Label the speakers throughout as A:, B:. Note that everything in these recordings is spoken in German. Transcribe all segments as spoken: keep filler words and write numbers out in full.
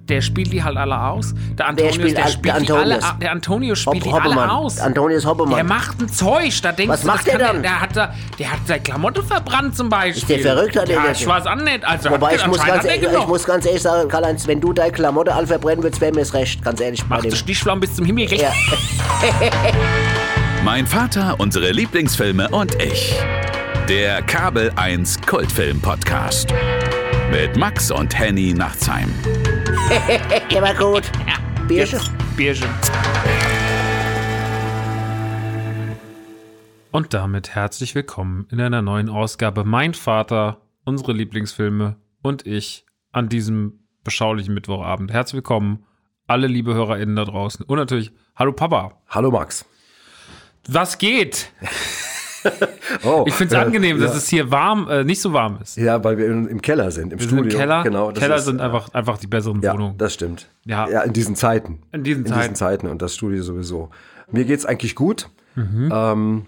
A: der spielt die halt alle aus. Der Antonius,
B: der spielt,
A: der
B: der
A: spielt
B: Antonius.
A: die alle, der Antonius spielt
B: Hopp,
A: die alle
B: Hoppemann.
A: aus.
B: Antonius Hoppemann.
A: Der macht ein Zeug, da denkst
B: Was
A: du,
B: macht
A: das
B: der
A: kann
B: dann?
A: Der, der, hat da, der hat seine Klamotte verbrannt zum Beispiel.
B: Ist der verrückt, hat der
A: Ja,
B: das?
A: ich weiß auch nicht. Also
B: Wobei,
A: hat,
B: ich muss, ganz,
A: hat
B: ehrlich, ich muss ganz ehrlich sagen, Karl-Heinz, wenn du deine Klamotte all verbrennen würdest, wäre mir es recht. Ganz ehrlich.
A: Mach den Stichflamm bis zum Himmel.
B: Ja.
C: Mein Vater, unsere Lieblingsfilme und ich. Der Kabel eins Kultfilm-Podcast. Mit Max und Henny Nachtsheim.
B: Der war gut. Bierchen?
A: Bierchen. Und damit herzlich willkommen in einer neuen Ausgabe Mein Vater, unsere Lieblingsfilme und ich an diesem beschaulichen Mittwochabend. Herzlich willkommen, alle liebe HörerInnen da draußen. Und natürlich, hallo Papa.
D: Hallo Max.
A: Was geht?
D: Oh,
A: Ich finde es
D: äh,
A: angenehm, dass
D: ja.
A: es hier warm, äh, nicht so warm ist.
D: Ja, weil wir im Keller sind, im
A: Wir
D: Studio.
A: sind im Keller.
D: Genau, das
A: Keller
D: ist,
A: sind einfach, einfach die besseren
D: Ja,
A: Wohnungen.
D: das stimmt.
A: Ja.
D: ja, in diesen Zeiten.
A: In diesen
D: in
A: Zeiten.
D: diesen Zeiten und das Studio sowieso. Mir geht's eigentlich gut.
A: Mhm.
D: Ähm,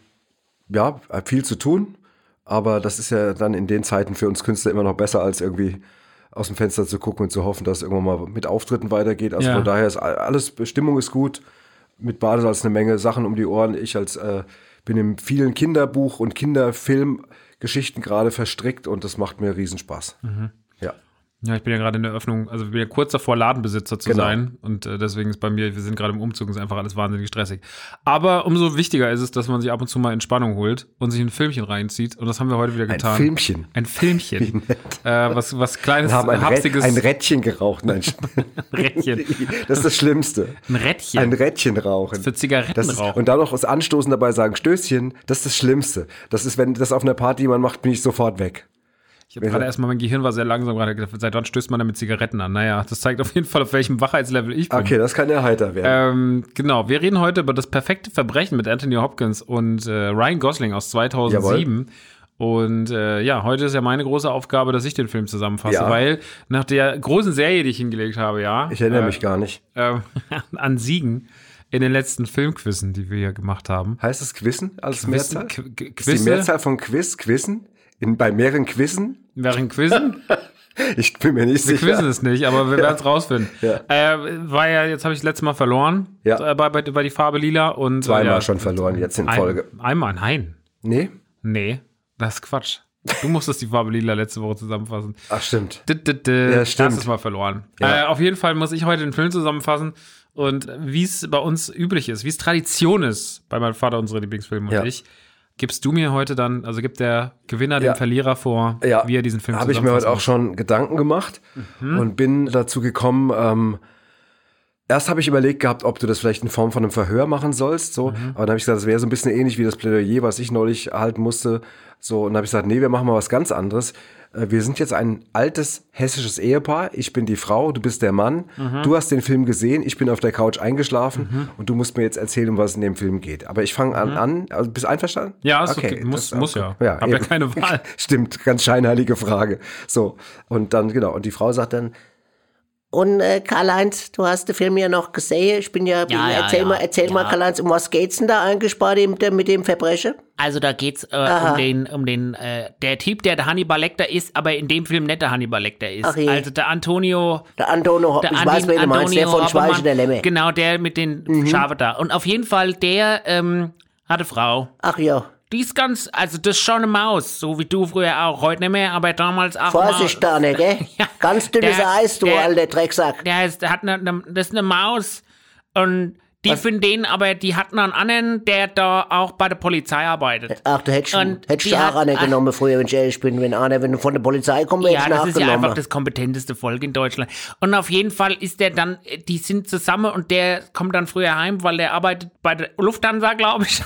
D: ja, viel zu tun, aber das ist ja dann in den Zeiten für uns Künstler immer noch besser, als irgendwie aus dem Fenster zu gucken und zu hoffen, dass es irgendwann mal mit Auftritten weitergeht. Also
A: Ja.
D: von daher ist alles, Stimmung ist gut. Mit Badesalz eine Menge Sachen um die Ohren. Ich als äh, bin in vielen Kinderbuch- und Kinderfilmgeschichten gerade verstrickt und das macht mir Riesenspaß.
A: Mhm.
D: Ja.
A: Ja, ich bin ja gerade in der Öffnung, also ich bin ja kurz davor, Ladenbesitzer zu
D: Genau.
A: sein. Und äh, deswegen ist bei mir, wir sind gerade im Umzug, ist einfach alles wahnsinnig stressig. Aber umso wichtiger ist es, dass man sich ab und zu mal Entspannung holt und sich ein Filmchen reinzieht. Und das haben wir heute wieder getan.
D: Ein Filmchen.
A: Ein Filmchen. Äh, was, was kleines,
D: Wir haben ein,
A: hapsiges
D: Rät, ein Rädchen geraucht. Nein,
A: Rädchen.
D: das ist das Schlimmste.
A: Ein Rädchen.
D: Ein Rädchen rauchen.
A: Für Zigaretten
D: Das ist,
A: rauchen.
D: und dann noch das Anstoßen dabei sagen, Stößchen, das ist das Schlimmste. Das ist, wenn das auf einer Party jemand macht, bin ich sofort weg.
A: Ich habe gerade erstmal, mein Gehirn war sehr langsam gerade gedacht, seit wann stößt man damit Zigaretten an? Naja, das zeigt auf jeden Fall, auf welchem Wachheitslevel ich bin.
D: Okay, das kann ja heiter werden.
A: Ähm, genau, wir reden heute über das perfekte Verbrechen mit Anthony Hopkins und äh, Ryan Gosling aus zweitausendsieben. Jawohl. Und äh, ja, heute ist ja meine große Aufgabe, dass ich den Film zusammenfasse,
D: Ja.
A: weil nach der großen Serie, die ich hingelegt habe, ja.
D: Ich erinnere
A: äh,
D: mich gar nicht.
A: Äh, an Siegen in den letzten Filmquizzen, die wir hier gemacht haben.
D: Heißt es Quizzen als
A: Quizzen,
D: Mehrzahl?
A: Qu- Qu-
D: Ist die
A: Quizze?
D: Mehrzahl von Quiz, Quizzen? In, bei mehreren Quizzen?
A: Während Quizzen?
D: Ich bin mir nicht
A: Wir
D: sicher.
A: quizzen es nicht, aber wir werden es rausfinden.
D: Ja.
A: Äh, war ja, jetzt habe ich das letzte Mal verloren,
D: Ja.
A: äh, bei, bei, bei die Farbe Lila. Und,
D: Zweimal
A: äh, ja,
D: schon verloren, jetzt in
A: ein,
D: Folge.
A: Einmal, nein.
D: Nee?
A: Nee, das ist Quatsch. Du musstest die Farbe Lila letzte Woche zusammenfassen.
D: Ach, stimmt.
A: D -d -d
D: Ja, stimmt.
A: Erstes Mal verloren.
D: Ja.
A: Äh, auf jeden Fall muss ich heute den Film zusammenfassen. Und wie es bei uns üblich ist, wie es Tradition ist, bei meinem Vater unsere Lieblingsfilme und
D: Ja.
A: ich, gibst du mir heute dann, also gibt der Gewinner
D: Ja.
A: dem Verlierer vor,
D: Ja,
A: wie er diesen Film
D: habe ich mir heute auch
A: zusammenfassen
D: schon Gedanken gemacht
A: Mhm.
D: und bin dazu gekommen, ähm, erst habe ich überlegt gehabt, ob du das vielleicht in Form von einem Verhör machen sollst, so,
A: Mhm.
D: aber dann habe ich gesagt, das wäre so ein bisschen ähnlich wie das Plädoyer, was ich neulich halten musste, so, und dann habe ich gesagt, nee, wir machen mal was ganz anderes. Äh, Wir sind jetzt ein altes hessisches Ehepaar, ich bin die Frau, du bist der Mann,
A: Mhm.
D: du hast den Film gesehen, ich bin auf der Couch eingeschlafen und du musst mir jetzt erzählen, um was es in dem Film geht. Aber ich fange an, an, also bist du einverstanden?
A: Mhm. Ja, ist okay. Muss-
D: das-
A: muss ja.
D: ja.
A: Hab ja
D: eben.
A: keine Wahl.
D: Stimmt, ganz scheinheilige Frage. So, und dann, genau, und die Frau sagt dann,
B: Und äh, Karl-Heinz, du hast den Film ja noch gesehen. Ich bin ja,
E: Ja, ja,
B: erzähl
E: ja.
B: mal, erzähl mal,
E: Ja.
B: Karl-Heinz, um was geht's denn da eigentlich bei dem, mit dem Verbrechen?
E: Also da geht's äh,
B: Aha.
E: um den, um den, äh, der Typ, der der Hannibal Lecter ist, aber in dem Film nicht der Hannibal Lecter ist.
B: Ach je.
E: Also der Antonio,
B: Der Antonio,
E: der
B: ich
E: Andi-
B: weiß, wen du meinst, der von
E: Hoppermann,
B: Schweiche der Lämme.
E: Genau, der mit den
B: Mhm.
E: Schafe da. Und auf jeden Fall, der ähm, hatte Frau.
B: Ach ja,
E: Die ist ganz, also das ist schon eine Maus, so wie du früher auch, heute nicht mehr, aber damals auch.
B: Vorsicht
E: Maus.
B: da, ne, gell?
E: Ja.
B: Ganz dünnes
E: Der-
B: Eis, du
E: der-
B: alter Drecksack.
E: Der heißt, der hat eine, eine, das ist eine Maus und die von denen, aber die hatten einen anderen, der da auch bei der Polizei arbeitet.
B: Ach, du hättest,
E: Und
B: hättest
E: die
B: du
E: hat-
B: auch einer genommen früher, wenn ich ehrlich bin. Wenn einer, wenn du von der Polizei kommst, hätte
E: Ja,
B: ich
E: das ist ja
B: nachgenommen.
E: einfach das kompetenteste Volk in Deutschland. Und auf jeden Fall ist der dann, die sind zusammen und der kommt dann früher heim, weil der arbeitet bei der Lufthansa, glaube ich.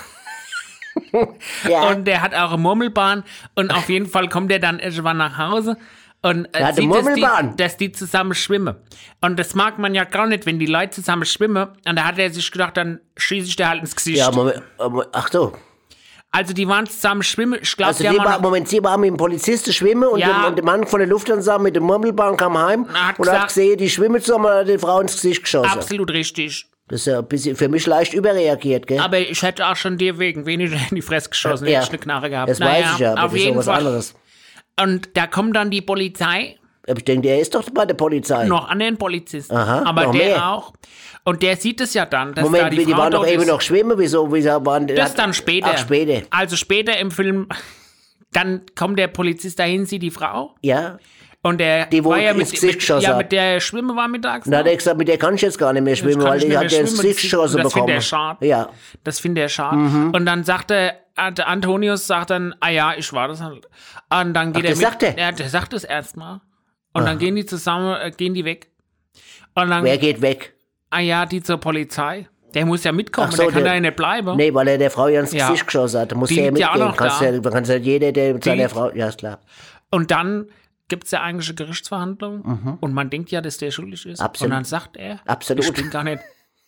B: Ja.
E: Und der hat auch eine Murmelbahn und auf jeden Fall kommt der dann irgendwann nach Hause und äh,
B: Er hat eine
E: sieht, dass die,
B: Murmelbahn.
E: dass die zusammen schwimmen. Und das mag man ja gar nicht, wenn die Leute zusammen schwimmen. Und da hat er sich gedacht, dann schieße ich dir halt ins Gesicht.
B: Ja, Moment, aber- ach so.
E: Also die waren zusammen schwimmen. Ich glaube,
B: Also
E: die
B: die
E: haben
B: war,
E: auch-
B: Moment, sie war mit dem Polizisten schwimmen und,
E: Ja.
B: dem, und der Mann von der Lufthansa mit dem Murmelbahn kam heim
E: Er hat
B: und hat
E: gesagt-
B: gesehen, die schwimmen zusammen und hat die Frau ins Gesicht geschossen.
E: absolut richtig.
B: Das ist ja ein bisschen für mich leicht überreagiert, gell?
E: Aber ich hätte auch schon dir wegen weniger in die Fresse geschossen,
B: Ja.
E: hätte ich eine Knarre gehabt.
B: Das
E: Naja,
B: weiß ich ja, aber
E: auf
B: das ist
E: jeden
B: doch was
E: Fall.
B: anderes.
E: Und da kommt dann die Polizei
B: Ich denke, der ist doch bei der Polizei.
E: Noch an den Polizisten.
B: Aha,
E: aber
B: noch
E: der
B: mehr.
E: auch. Und der sieht es ja dann, dass
B: Moment,
E: da die,
B: die
E: Frau
B: waren doch
E: tot
B: eben
E: ist.
B: noch schwimmen. Wieso, wieso waren die?
E: Das dann später.
B: Ach, später.
E: Also später im Film, dann kommt der Polizist dahin, sieht die Frau.
B: Ja.
E: Und der
B: Die, wo
E: war ja
B: ins
E: mit,
B: Gesicht
E: mit,
B: geschossen
E: ja,
B: hat.
E: mit der Schwimmen war mittags.
B: Na,
E: noch.
B: der hat gesagt, mit der kann ich jetzt gar nicht mehr schwimmen,
E: kann
B: weil
E: ich
B: die
E: nicht
B: hat
E: mehr
B: ja ins
E: schwimmen,
B: Gesicht geschossen
E: das
B: bekommen.
E: findet er schade.
B: Ja.
E: Das findet er schade.
B: Mhm.
E: Und dann sagt der, der Antonius, sagt dann, ah ja, ich war das halt. Und dann geht
B: Ach,
E: er
B: das
E: mit.
B: sagt der?
E: Ja, der sagt es erstmal. Und dann gehen die zusammen, äh, gehen die weg. Und dann,
B: Wer geht weg?
E: ah ja, die zur Polizei. Der muss ja mitkommen,
B: Ach so,
E: der kann
B: der-
E: da ja nicht bleiben.
B: Nee, weil er der Frau ja ins
E: Ja.
B: Gesicht geschossen hat. Da muss
E: Die
B: der ja
E: liegt ja auch
B: mitgehen.
E: noch
B: Kannst
E: da.
B: ja, kannst ja jeder, der mit
E: Die
B: seiner
E: liegt-
B: Frau. Ja, ist klar.
E: Und dann gibt es ja eigentliche Gerichtsverhandlung. Und man denkt ja, dass der schuldig ist.
B: Mhm. Absolut.
E: Und dann sagt er,
B: Absolut.
E: ich bin gar nicht.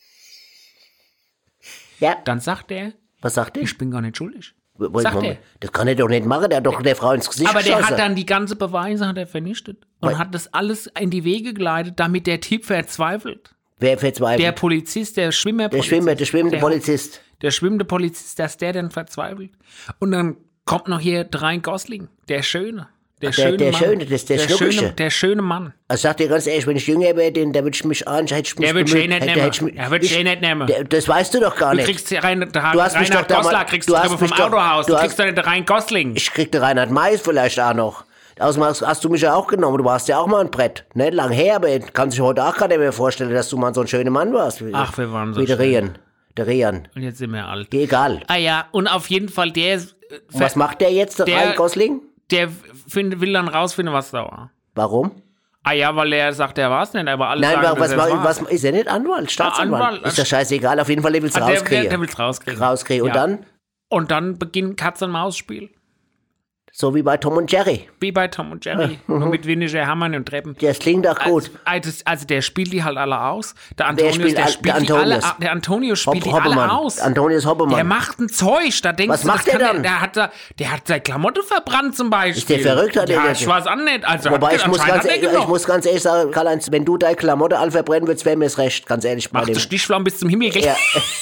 B: Ja.
E: Dann sagt er,
B: Was sagt der?
E: ich bin gar nicht schuldig.
B: Moment,
E: sagt
B: Moment.
E: er.
B: Das kann er doch nicht machen. Der hat doch der Frau ins Gesicht
E: Aber der
B: geschossen.
E: hat dann die ganze Beweise hat er vernichtet und
B: Weil-
E: hat das alles in die Wege geleitet, damit der Typ verzweifelt.
B: Wer verzweifelt?
E: Der Polizist, der
B: der
E: Schwimmerpolizist.
B: Schwimmer, der schwimmende
E: der,
B: Polizist.
E: Der schwimmende Polizist, dass der dann verzweifelt. Und dann kommt noch hier Ryan Gosling, der Schöne. Der,
B: der-
E: schöne
B: der
E: Mann.
B: Schöne, das ist der
E: schöne,
B: Schnuckische.
E: der schöne Mann.
B: Also sag dir ganz ehrlich, wenn ich jünger wäre, den, der würde ich mich an, hätte ich mich
E: Der wird
B: bemüht,
E: eh nicht
B: hätte-
E: nehmen.
B: hätte ich mich-
E: Er wird
B: ich-
E: eh nicht nehmen.
B: der- Das weißt du doch gar
E: Du
B: nicht.
E: kriegst hier rein, da,
B: Du hast mich
E: Reinhard
B: doch damals-
E: Goslar kriegst
B: du
E: du
B: hast
E: vom
B: mich doch-
E: Autohaus. Du,
B: du
E: kriegst
B: hast-
E: doch nicht Ryan Gosling.
B: Ich krieg den Reinhard Mais vielleicht auch noch. Außerdem hast, hast du mich ja auch genommen. Du warst ja auch mal ein Brett. Nicht lang her, aber kann sich heute auch keiner mehr vorstellen, dass du mal so ein schöner Mann warst. Wie,
E: Ach, wir waren so
B: Wie der
E: schön.
B: Rian. Der Rian.
E: Und jetzt sind wir alt.
B: Egal.
E: Ah ja, und auf jeden Fall, der, ist, äh,
B: Und was macht der jetzt, der,
E: der-
B: Ryan Gosling?
E: der find, will dann rausfinden, was da war.
B: Warum?
E: Ah ja, weil er sagt, er war es nicht, aber alle
B: Nein,
E: sagen,
B: wa- was,
E: dass
B: ma-
E: er
B: was ist er nicht Anwalt? Staatsanwalt?
E: Anwalt,
B: ist doch scheißegal. Auf jeden Fall, der will es
E: Ah, der, der,
B: rauskriegen.
E: der will es rauskriegen.
B: rauskriegen. Und
E: Ja.
B: dann,
E: Und dann beginnt Katz-und-Maus-Spiel.
B: so wie bei Tom und Jerry.
E: Wie bei Tom und Jerry. Nur mit weniger Hammern und Treppen.
B: Das klingt doch gut.
E: Also, also, also der spielt die halt alle aus. Der
B: Wer
E: Antonius,
B: spielt
E: der
B: all-
E: spielt
B: der
E: die alle
B: Antonius?
E: au- Der Antonius spielt
B: Hopp-
E: die alle
B: Hoppemann.
E: aus.
B: Antonius Hoppemann.
E: Der macht ein Zeug, da denkst
B: Was
E: du,
B: macht
E: das
B: der
E: kann
B: dann?
E: Der, der, hat da, der hat seine Klamotte verbrannt zum Beispiel.
B: Ist der verrückt, hat der-
E: Ja,
B: der-
E: ich weiß auch nicht. Also,
B: Wobei,
E: hat,
B: ich muss,
E: anscheinend
B: ganz,
E: hat er
B: ehrlich- ich
E: genug.
B: muss ganz ehrlich sagen, Karl-Heinz, wenn du deine Klamotte all verbrennen würdest, wäre mir es recht. Ganz ehrlich. bei
E: Macht
B: dem.
E: den Stichflaum bis zum Himmel.
B: Ja.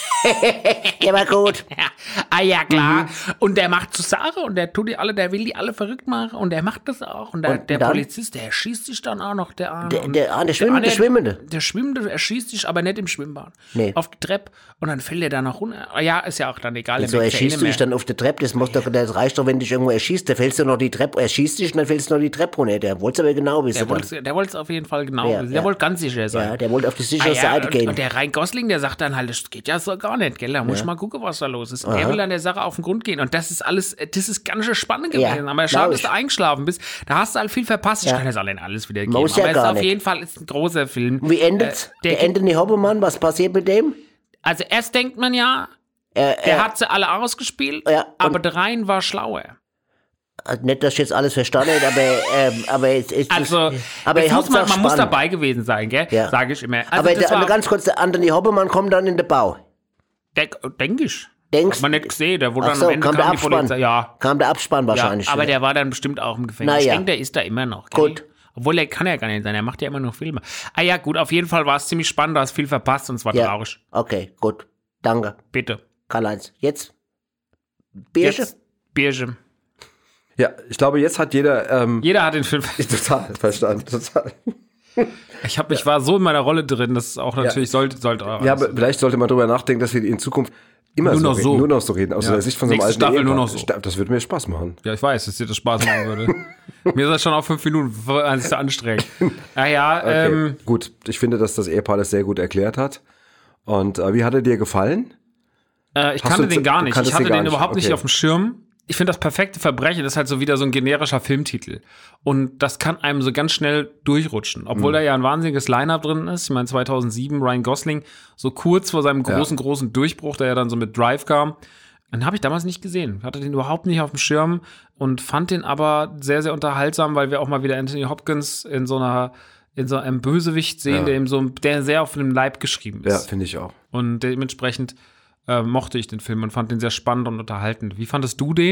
B: Der war gut.
E: Ja. Ah ja, klar.
B: Mhm.
E: Und der macht zur Sache und der tut die alle, der will die alle verrückt machen und der macht das auch. Und der,
B: Und
E: der
B: dann?
E: Polizist, der erschießt sich dann auch noch, der Arme.
B: Der-
E: Und
B: der- ah, der Schwimmende,
E: andere-
B: Schwimmende.
E: Der Schwimmende erschießt sich, aber nicht im Schwimmbad.
B: Nee.
E: Auf die Treppe und dann fällt er da noch runter. Ah ja, ist ja auch dann egal. der
B: So
E: merkt's ja eh
B: erschießt
E: nicht
B: du dich
E: mehr.
B: dann auf der Treppe. Das, muss doch, das reicht doch, wenn dich irgendwo erschießt. Da fällst du noch die Treppe, erschießt dich und dann fällst du noch die Treppe runter. Der wollte es aber genau wissen.
E: Der
B: dann.
E: wollte der wollte es auf jeden Fall genau
B: Ja,
E: wissen. Der
B: ja.
E: wollte ganz sicher sein.
B: Ja, der wollte auf die
E: Ah
B: sichere
E: ja,
B: Seite
E: und,
B: gehen.
E: und der Rhein Gosling, der sagt dann halt, das geht ja so gar nicht, gell? Da muss ich mal gucken, was da los ist. Und der will an der Sache auf den Grund gehen. Und das ist alles, das ist ganz schön spannend
B: Ja,
E: gewesen. Aber
B: glaub
E: schade, dass
B: ich.
E: du eingeschlafen bist. Da hast du halt viel verpasst. Ich
B: Ja.
E: kann jetzt allein alles wieder geben.
B: Muss ja
E: Aber es
B: gar
E: ist auf
B: nicht.
E: jeden Fall ist ein großer Film.
B: Wie endet's?
E: Äh, der
B: der Anthony Hoppemann, was passiert mit dem?
E: Also erst denkt man ja,
B: Äh,
E: der
B: äh,
E: hat sie alle ausgespielt,
B: Ja,
E: aber
B: und-
E: der Rhein war schlauer.
B: also nicht, dass ich jetzt alles verstanden habe, aber, ähm, aber es ist.
E: Also,
B: aber
E: es muss man,
B: Hauptsache
E: man muss
B: spannend.
E: dabei gewesen sein, gell?
B: Ja.
E: Sage ich immer. Also
B: aber
E: das
B: der,
E: war,
B: ganz kurz, der Anthony Hoppemann kommt dann in den Bau.
E: denke ich.
B: Denkst
E: Hat man nicht gesehen, der wurde
B: Ach
E: dann
B: so,
E: am Ende
B: kam der
E: kam die
B: Abspann.
E: Polizei. Ja,
B: Kam der Abspann
E: ja,
B: wahrscheinlich.
E: aber
B: wieder.
E: der war dann bestimmt auch im Gefängnis.
B: Na
E: Ich
B: ja.
E: denke, der ist da immer noch. Gell?
B: Gut.
E: Obwohl, der kann ja gar nicht sein, er macht ja immer nur Filme. Ah ja, gut, auf jeden Fall war es ziemlich spannend, du hast viel verpasst und es war
B: Ja.
E: traurig.
B: Okay, gut. Danke.
E: Bitte.
B: Karl-Heinz. Jetzt? Bierchen?
E: Jetzt Bierchen.
D: Ja, ich glaube, jetzt hat jeder ähm,
E: Jeder hat den Film.
D: total verstanden. Total.
A: Ich, hab, ich war so in meiner Rolle drin, dass es auch natürlich sollte, sollte auch
D: Ja, aber vielleicht sollte man darüber nachdenken, dass wir in Zukunft immer
A: Nur
D: so,
A: noch
D: reden,
A: so.
D: nur noch so reden, aus
A: Ja.
D: der Sicht von so einem
A: Nächste
D: alten
A: Staffel nur
D: Ehepaar.
A: noch so.
D: Sta- Das würde mir Spaß machen.
A: Ja, ich weiß, dass dir das Spaß machen würde. Mir ist das schon auf fünf Minuten, das ist zu anstrengend. Naja,
D: Okay,
A: ähm,
D: gut. Ich finde, dass das Ehepaar das sehr gut erklärt hat. Und äh, wie hat er dir gefallen?
A: äh, ich
D: Hast
A: kannte
D: du-
A: den gar
D: du
A: nicht.
D: kanntest
A: Ich hatte
D: den gar
A: den
D: nicht.
A: überhaupt nicht
D: Okay.
A: auf dem Schirm. Ich finde, das perfekte Verbrechen ist halt so wieder so ein generischer Filmtitel. Und das kann einem so ganz schnell durchrutschen. Obwohl
D: Mhm.
A: da ja ein wahnsinniges Line-Up drin ist. Ich meine, zweitausendsieben, Ryan Gosling, so kurz vor seinem großen, großen Durchbruch, der ja dann so mit Drive kam. Den habe ich damals nicht gesehen. Ich hatte den überhaupt nicht auf dem Schirm und fand den aber sehr, sehr unterhaltsam, weil wir auch mal wieder Anthony Hopkins in so einer, in so einem Bösewicht sehen,
D: Ja.
A: der ihm so, der sehr auf dem Leib geschrieben
D: Ja,
A: ist.
D: finde ich auch.
A: Und dementsprechend äh, mochte ich den Film und fand den sehr spannend und unterhaltend. Wie fandest du den?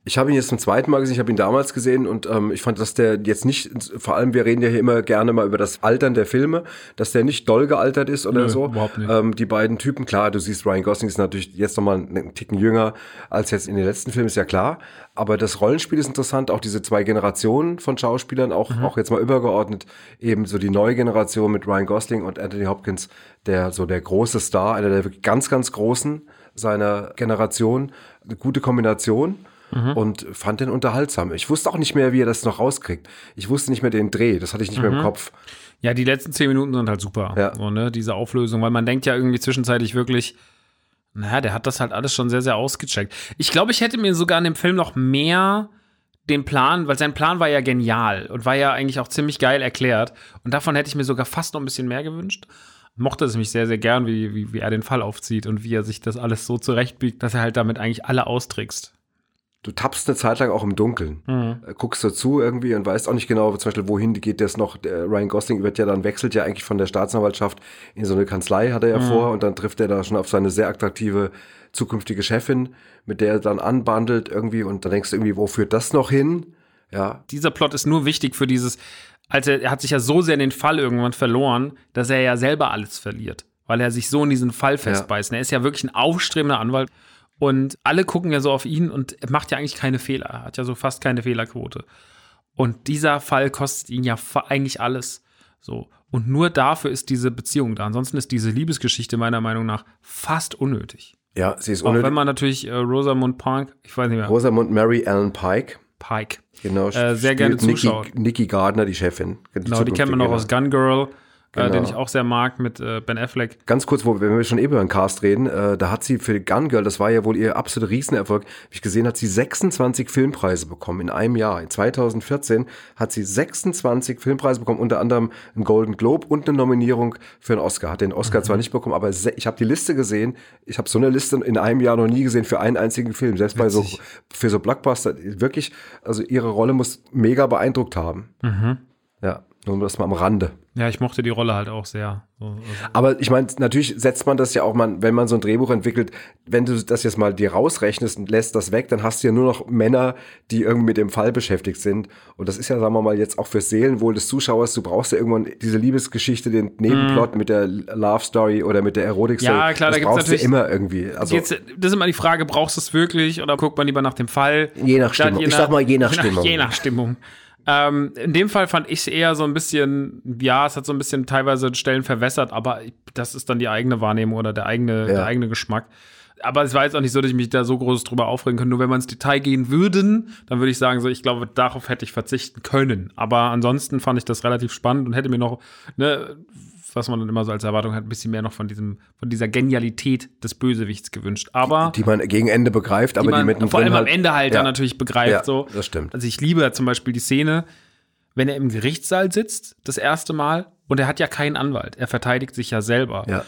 D: Ich habe ihn jetzt zum zweiten Mal gesehen, ich habe ihn damals gesehen und ähm, ich fand, dass der jetzt nicht, vor allem wir reden ja hier immer gerne mal über das Altern der Filme, dass der nicht doll gealtert ist oder
A: Nö,
D: so.
A: überhaupt nicht.
D: Ähm, die beiden Typen, klar, du siehst, Ryan Gosling ist natürlich jetzt nochmal einen Ticken jünger als jetzt in den letzten Filmen, ist ja klar. Aber das Rollenspiel ist interessant, auch diese zwei Generationen von Schauspielern, auch, mhm. auch jetzt mal übergeordnet, eben so die neue Generation mit Ryan Gosling und Anthony Hopkins, der so der große Star, einer der ganz, ganz Großen seiner Generation. Eine gute Kombination. Mhm. Und fand den unterhaltsam. Ich wusste auch nicht mehr, wie er das noch rauskriegt. Ich wusste nicht mehr den Dreh, das hatte ich nicht mhm. mehr im Kopf.
A: Ja, die letzten zehn Minuten sind halt super,
D: ja.
A: so, ne? Diese Auflösung, weil man denkt ja irgendwie zwischenzeitlich wirklich, naja, der hat das halt alles schon sehr, sehr ausgecheckt. Ich glaube, ich hätte mir sogar in dem Film noch mehr den Plan, weil sein Plan war ja genial und war ja eigentlich auch ziemlich geil erklärt. Und davon hätte ich mir sogar fast noch ein bisschen mehr gewünscht. Mochte es mich sehr, sehr gern, wie, wie, wie er den Fall aufzieht und wie er sich das alles so zurechtbiegt, dass er halt damit eigentlich alle austrickst.
D: Du tappst eine Zeit lang auch im Dunkeln.
A: Mhm.
D: Guckst dazu irgendwie und weißt auch nicht genau, zum Beispiel, wohin geht das noch. Der Ryan Gosling wird ja dann, wechselt ja eigentlich von der Staatsanwaltschaft in so eine Kanzlei, hat er ja mhm. vor, und dann trifft er da schon auf seine sehr attraktive zukünftige Chefin, mit der er dann anbandelt irgendwie, und dann denkst du irgendwie, wo führt das noch hin? Ja.
A: Dieser Plot ist nur wichtig für dieses, also er hat sich ja so sehr in den Fall irgendwann verloren, dass er ja selber alles verliert, weil er sich so in diesen Fall festbeißt. Ja. Er ist ja wirklich ein aufstrebender Anwalt. Und alle gucken ja so auf ihn und er macht ja eigentlich keine Fehler. Er hat ja so fast keine Fehlerquote. Und dieser Fall kostet ihn ja eigentlich alles. So. Und nur dafür ist diese Beziehung da. Ansonsten ist diese Liebesgeschichte meiner Meinung nach fast unnötig.
D: Ja, sie ist unnötig.
A: Auch wenn man natürlich äh, Rosamund Pike, ich weiß nicht mehr.
D: Rosamund Mary Ellen Pike.
A: Pike.
D: Genau.
A: Äh, sehr gerne zuschauen.
D: Nikki, Nikki Gardner, die Chefin. Die
A: genau, die kennt man noch aus Gun Girl.
D: Genau.
A: Äh, den ich auch sehr mag, mit äh, Ben Affleck.
D: Ganz kurz, wo, wenn wir schon eben über den Cast reden, äh, da hat sie für Gun Girl, das war ja wohl ihr absoluter Riesenerfolg, wie ich gesehen, hat sie sechsundzwanzig Filmpreise bekommen in einem Jahr. In zweitausendvierzehn hat sie sechsundzwanzig Filmpreise bekommen, unter anderem einen Golden Globe und eine Nominierung für einen Oscar. Hat den Oscar mhm. zwar nicht bekommen, aber se- ich habe die Liste gesehen. Ich habe so eine Liste in einem Jahr noch nie gesehen für einen einzigen Film. Selbst Witzig. bei so für so Blockbuster. Wirklich, also ihre Rolle muss mega beeindruckt haben.
A: Mhm.
D: Ja, nur das mal am Rande.
A: Ja, ich mochte die Rolle halt auch sehr. So, also.
D: Aber ich meine, natürlich setzt man das ja auch mal, wenn man so ein Drehbuch entwickelt, wenn du das jetzt mal dir rausrechnest und lässt das weg, dann hast du ja nur noch Männer, die irgendwie mit dem Fall beschäftigt sind. Und das ist ja, sagen wir mal, jetzt auch fürs Seelenwohl des Zuschauers. Du brauchst ja irgendwann diese Liebesgeschichte, den Nebenplot mm. mit der Love Story oder mit der Erotik-Story.
A: Ja, klar,
D: das
A: da gibt's
D: brauchst
A: natürlich
D: du immer irgendwie. Also,
A: jetzt, das ist immer die Frage, brauchst du es wirklich oder guckt man lieber nach dem Fall?
B: Je nach Stimmung.
A: Je
B: ich sag mal, je nach
A: je
B: Stimmung.
A: Nach, je nach Stimmung. Ähm, in dem Fall fand ich es eher so ein bisschen, ja, es hat so ein bisschen teilweise Stellen verwässert, aber das ist dann die eigene Wahrnehmung oder der eigene,
D: ja.
A: der eigene Geschmack. Aber es war jetzt auch nicht so, dass ich mich da so groß drüber aufregen könnte. Nur wenn wir ins Detail gehen würden, dann würde ich sagen, so, ich glaube, darauf hätte ich verzichten können. Aber ansonsten fand ich das relativ spannend und hätte mir noch, ne, was man dann immer so als Erwartung hat, ein bisschen mehr noch von diesem, von dieser Genialität des Bösewichts gewünscht. Aber
D: die, die man gegen Ende begreift, aber
A: die, man
D: die mittendrin
A: vor allem
D: halt,
A: am Ende halt
D: ja.
A: dann natürlich begreift.
D: Ja,
A: so.
D: das stimmt.
A: Also ich liebe ja zum Beispiel die Szene, wenn er im Gerichtssaal sitzt, das erste Mal, und er hat ja keinen Anwalt. Er verteidigt sich ja selber.
D: Ja.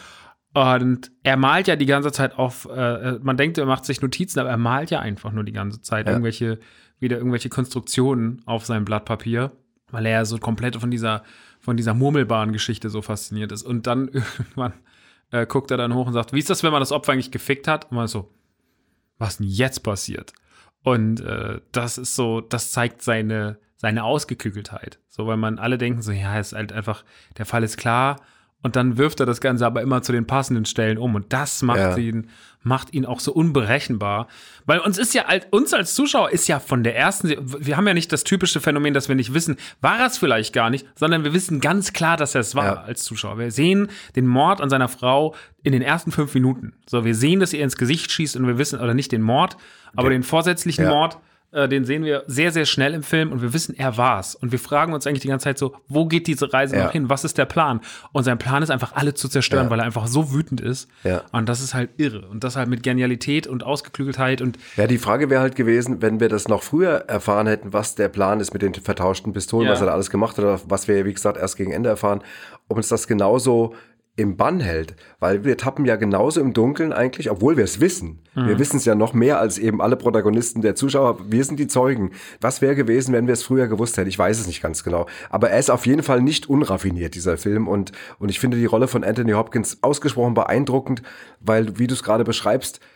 A: Und er malt ja die ganze Zeit auf, äh, man denkt, er macht sich Notizen, aber er malt ja einfach nur die ganze Zeit
D: ja.
A: irgendwelche, wieder irgendwelche Konstruktionen auf seinem Blatt Papier, weil er ja so komplett von dieser, von dieser Murmelbahn-Geschichte so fasziniert ist. Und dann irgendwann äh, guckt er dann hoch und sagt, wie ist das, wenn man das Opfer eigentlich gefickt hat? Und man so, was denn jetzt passiert? Und äh, das ist so, das zeigt seine, seine Ausgeklügeltheit. So, weil man alle denken so, ja, ist halt einfach, der Fall ist klar. Und dann wirft er das Ganze aber immer zu den passenden Stellen um. Und das macht
D: ja.
A: ihn, macht ihn auch so unberechenbar. Weil uns ist ja, uns als Zuschauer ist ja von der ersten, wir haben ja nicht das typische Phänomen, dass wir nicht wissen, war er es vielleicht gar nicht, sondern wir wissen ganz klar, dass er es war
D: ja.
A: als Zuschauer. Wir sehen den Mord an seiner Frau in den ersten fünf Minuten. So, wir sehen, dass er ins Gesicht schießt und wir wissen, oder nicht den Mord, aber den vorsätzlichen
D: ja.
A: Mord. Den sehen wir sehr, sehr schnell im Film und wir wissen, er war's. Und wir fragen uns eigentlich die ganze Zeit so, wo geht diese Reise
D: ja.
A: noch hin? Was ist der Plan? Und sein Plan ist einfach, alle zu zerstören,
D: ja.
A: weil er einfach so wütend ist.
D: Ja.
A: Und das ist halt irre. Und das halt mit Genialität und Ausgeklügeltheit. Und
D: ja, die Frage wäre halt gewesen, wenn wir das noch früher erfahren hätten, was der Plan ist mit den vertauschten Pistolen,
A: ja.
D: was er da alles gemacht hat, oder was wir, wie gesagt, erst gegen Ende erfahren, ob uns das genauso im Bann hält, weil wir tappen ja genauso im Dunkeln eigentlich, obwohl wir es wissen. Mhm. Wir wissen es ja noch mehr als eben alle Protagonisten der Zuschauer. Wir sind die Zeugen. Was wäre gewesen, wenn wir es früher gewusst hätten? Ich weiß es nicht ganz genau. Aber er ist auf jeden Fall nicht unraffiniert, dieser Film. Und, und ich finde die Rolle von Anthony Hopkins ausgesprochen beeindruckend, weil, wie du es gerade beschreibst,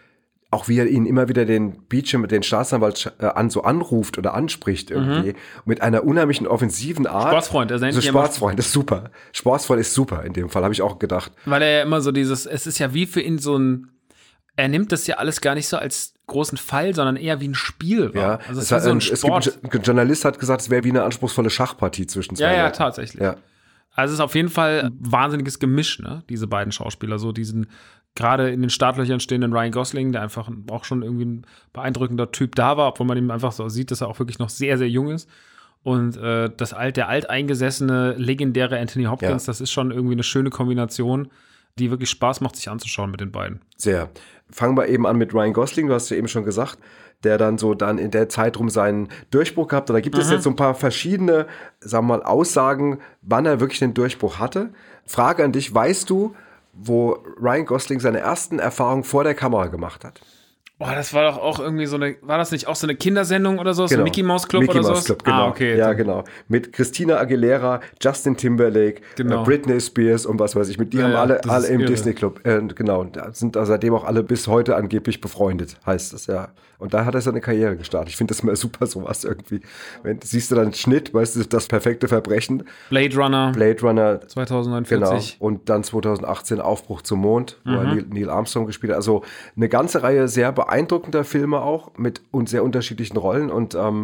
D: auch wie er ihn immer wieder den Beecham, den Staatsanwalt äh, an so anruft oder anspricht irgendwie, mhm. mit einer unheimlichen offensiven Art.
A: Sportsfreund, er nennt
D: so Sportsfreund, das ist super. Sportsfreund ist super in dem Fall, habe ich auch gedacht.
A: Weil er ja immer so dieses, es ist ja wie für ihn so ein, er nimmt das ja alles gar nicht so als großen Fall, sondern eher wie ein Spiel. War.
D: Ja,
A: also es
D: es, hat,
A: so ein
D: es
A: Sport.
D: gibt, ein Journalist hat gesagt, es wäre wie eine anspruchsvolle Schachpartie zwischen zwei
A: Ja, ja,
D: Leuten.
A: tatsächlich.
D: Ja.
A: Also es ist auf jeden Fall ein wahnsinniges Gemisch, ne? Diese beiden Schauspieler, so diesen gerade in den Startlöchern stehenden Ryan Gosling, der einfach auch schon irgendwie ein beeindruckender Typ da war, obwohl man ihm einfach so sieht, dass er auch wirklich noch sehr, sehr jung ist. Und äh, das alt, der alteingesessene, legendäre Anthony Hopkins, ja. das ist schon irgendwie eine schöne Kombination, die wirklich Spaß macht, sich anzuschauen mit den beiden.
D: Sehr. Fangen wir eben an mit Ryan Gosling, du hast ja eben schon gesagt, der dann so dann in der Zeit rum seinen Durchbruch gehabt hat. Da gibt mhm. es jetzt so ein paar verschiedene, sagen wir mal, Aussagen, wann er wirklich den Durchbruch hatte. Frage an dich, weißt du, wo Ryan Gosling seine ersten Erfahrungen vor der Kamera gemacht hat?
A: Boah, das war doch auch irgendwie so eine, war das nicht auch so eine Kindersendung oder so?
D: Genau.
A: So Mickey Mouse Club
D: Mickey
A: oder so?
D: Mouse Club, genau.
A: Ah, okay.
D: Ja, genau. Mit Christina Aguilera, Justin Timberlake,
A: genau.
D: äh, Britney Spears und was weiß ich. Mit die
A: ja,
D: haben alle,
A: ja,
D: alle im
A: irre.
D: Disney Club. Äh, genau. Da sind also seitdem auch alle bis heute angeblich befreundet, heißt es, ja. Und da hat er seine Karriere gestartet. Ich finde das immer super, sowas irgendwie. Wenn, siehst du dann einen Schnitt, weißt du, das perfekte Verbrechen.
A: Blade Runner.
D: Blade Runner.
A: zwanzig neunundvierzig.
D: Genau. Und dann zwanzig achtzehn Aufbruch zum Mond, wo
A: Mhm.
D: er Neil, Neil Armstrong gespielt hat. Also eine ganze Reihe sehr beeindruckender Filme auch mit und sehr unterschiedlichen Rollen. Und ähm,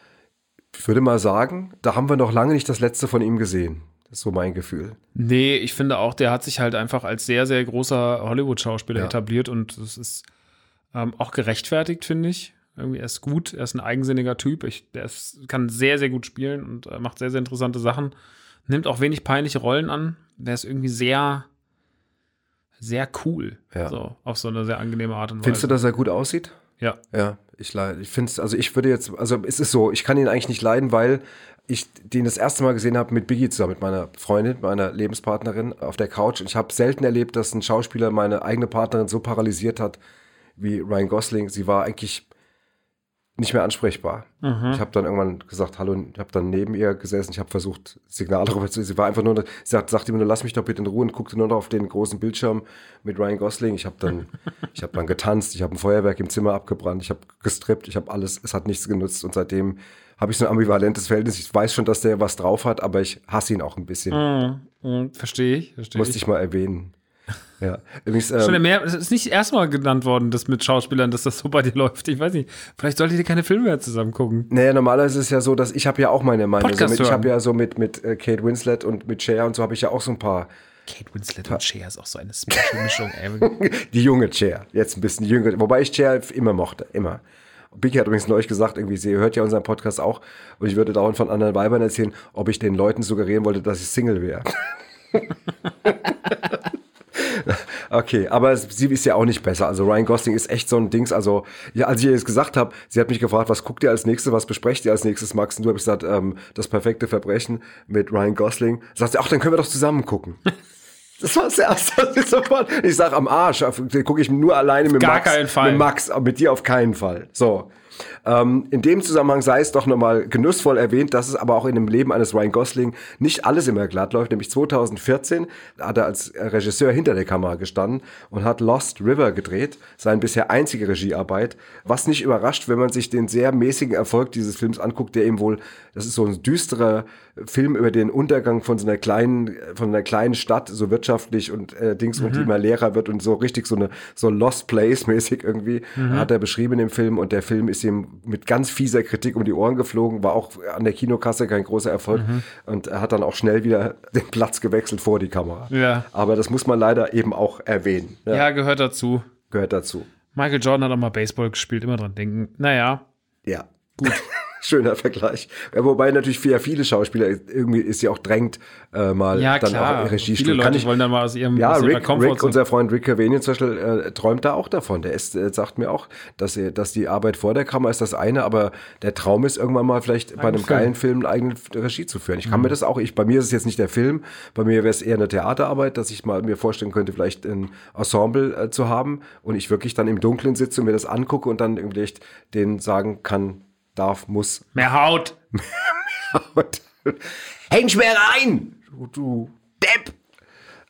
D: ich würde mal sagen, da haben wir noch lange nicht das Letzte von ihm gesehen. Das ist so mein Gefühl.
A: Nee, ich finde auch, der hat sich halt einfach als sehr, sehr großer Hollywood-Schauspieler
D: Ja.
A: etabliert und das ist ähm, auch gerechtfertigt, finde ich. Irgendwie, er ist gut, er ist ein eigensinniger Typ. Ich, der ist, kann sehr, sehr gut spielen und äh, macht sehr, sehr interessante Sachen. Nimmt auch wenig peinliche Rollen an. Der ist irgendwie sehr, sehr cool.
D: Ja.
A: So, auf so eine sehr angenehme Art und Weise.
D: Findest du, dass er gut aussieht?
A: Ja.
D: Ja, ich leide. Ich finde es, also ich würde jetzt, also es ist so, ich kann ihn eigentlich nicht leiden, weil ich den das erste Mal gesehen habe mit Biggie zusammen, mit meiner Freundin, meiner Lebenspartnerin auf der Couch. Und ich habe selten erlebt, dass ein Schauspieler meine eigene Partnerin so paralysiert hat wie Ryan Gosling. Sie war eigentlich nicht mehr ansprechbar.
A: Mhm.
D: Ich habe dann irgendwann gesagt, hallo, ich habe dann neben ihr gesessen, ich habe versucht, Signale rüber zu, sie war einfach nur, sie sagt, sagte mir nur, lass mich doch bitte in Ruhe und guckte nur noch auf den großen Bildschirm mit Ryan Gosling. Ich habe dann, ich habe dann getanzt, ich habe ein Feuerwerk im Zimmer abgebrannt, ich habe gestrippt, ich habe alles, es hat nichts genutzt und seitdem habe ich so ein ambivalentes Verhältnis. Ich weiß schon, dass der was drauf hat, aber ich hasse ihn auch ein bisschen.
A: Mhm. Mhm. Verstehe ich, verstehe
D: Musste
A: ich.
D: ich mal erwähnen. Ja, übrigens,
A: Schon
D: ähm,
A: mehr, es ist nicht erstmal genannt worden, das mit Schauspielern, dass das so bei dir läuft. Ich weiß nicht, vielleicht solltet ihr keine Filme mehr zusammen gucken.
D: naja, normalerweise ist es ja so, dass ich habe ja auch meine Meinung. So
A: Podcast
D: mit, ich
A: hören.
D: habe ja so mit, mit äh, Kate Winslet und mit Cher und so habe ich ja auch so ein paar.
A: Kate Winslet und Cher ist auch so eine Special-Mischung, ey.
D: Die junge Cher, jetzt ein bisschen jünger. Wobei ich Cher immer mochte, immer. Biggie hat übrigens neulich gesagt, irgendwie, sie hört ja unseren Podcast auch und ich würde dauernd von anderen Weibern erzählen, ob ich den Leuten suggerieren wollte, dass ich Single wäre. Okay, aber sie ist ja auch nicht besser. Also Ryan Gosling ist echt so ein Dings. Also, ja, als ich ihr jetzt gesagt habe, sie hat mich gefragt, was guckt ihr als nächstes, was besprecht ihr als nächstes, Max? Und du habe ich gesagt, ähm, das perfekte Verbrechen mit Ryan Gosling. Sagt sie, ach, dann können wir doch zusammen gucken. Das war das Erste, was ich sofort. Ich sag, am Arsch, den gucke ich nur alleine mit
A: Gar
D: Max.
A: keinen Fall.
D: Mit Max, aber mit dir auf keinen Fall. So. Ähm, in dem Zusammenhang sei es doch nochmal genussvoll erwähnt, dass es aber auch in dem Leben eines Ryan Gosling nicht alles immer glatt läuft. Nämlich zwanzig vierzehn hat er als Regisseur hinter der Kamera gestanden und hat Lost River gedreht, seine bisher einzige Regiearbeit. Was nicht überrascht, wenn man sich den sehr mäßigen Erfolg dieses Films anguckt, der eben wohl, das ist so ein düsterer Film über den Untergang von so einer kleinen, von einer kleinen Stadt, so wirtschaftlich und äh, Dings, und die immer leerer wird und so richtig so eine so Lost Place mäßig irgendwie, mhm. hat er beschrieben in dem Film, und der Film ist ihm mit ganz fieser Kritik um die Ohren geflogen, war auch an der Kinokasse kein großer Erfolg, mhm. und er hat dann auch schnell wieder den Platz gewechselt vor die Kamera.
A: Ja.
D: Aber das muss man leider eben auch erwähnen. Ja,
A: Ja, gehört dazu.
D: gehört dazu.
A: Michael Jordan hat auch mal Baseball gespielt, immer dran denken. Naja,
D: Ja, gut. Schöner Vergleich. Ja, wobei natürlich für viele Schauspieler irgendwie ist ja auch drängt, äh, mal
A: ja
D: dann
A: klar.
D: auch Regie
A: Viele Leute wollen dann mal aus ihrem
D: Ja,
A: aus ihrer
D: Rick,
A: Comfort
D: Rick unser Freund Rick Cavanian zum Beispiel, äh, träumt da auch davon. Der ist, äh, sagt mir auch, dass, er, dass die Arbeit vor der Kamera ist das eine, aber der Traum ist irgendwann mal vielleicht bei einem
A: Film.
D: geilen Film eine eigene Regie zu führen. Ich kann mhm. mir das auch, ich, bei mir ist es jetzt nicht der Film, bei mir wäre es eher eine Theaterarbeit, dass ich mal mir vorstellen könnte, vielleicht ein Ensemble äh, zu haben und ich wirklich dann im Dunkeln sitze und mir das angucke und dann irgendwie echt denen sagen kann, darf, muss.
A: Mehr Haut.
B: Häng schwer rein!
D: Du, du
B: Depp!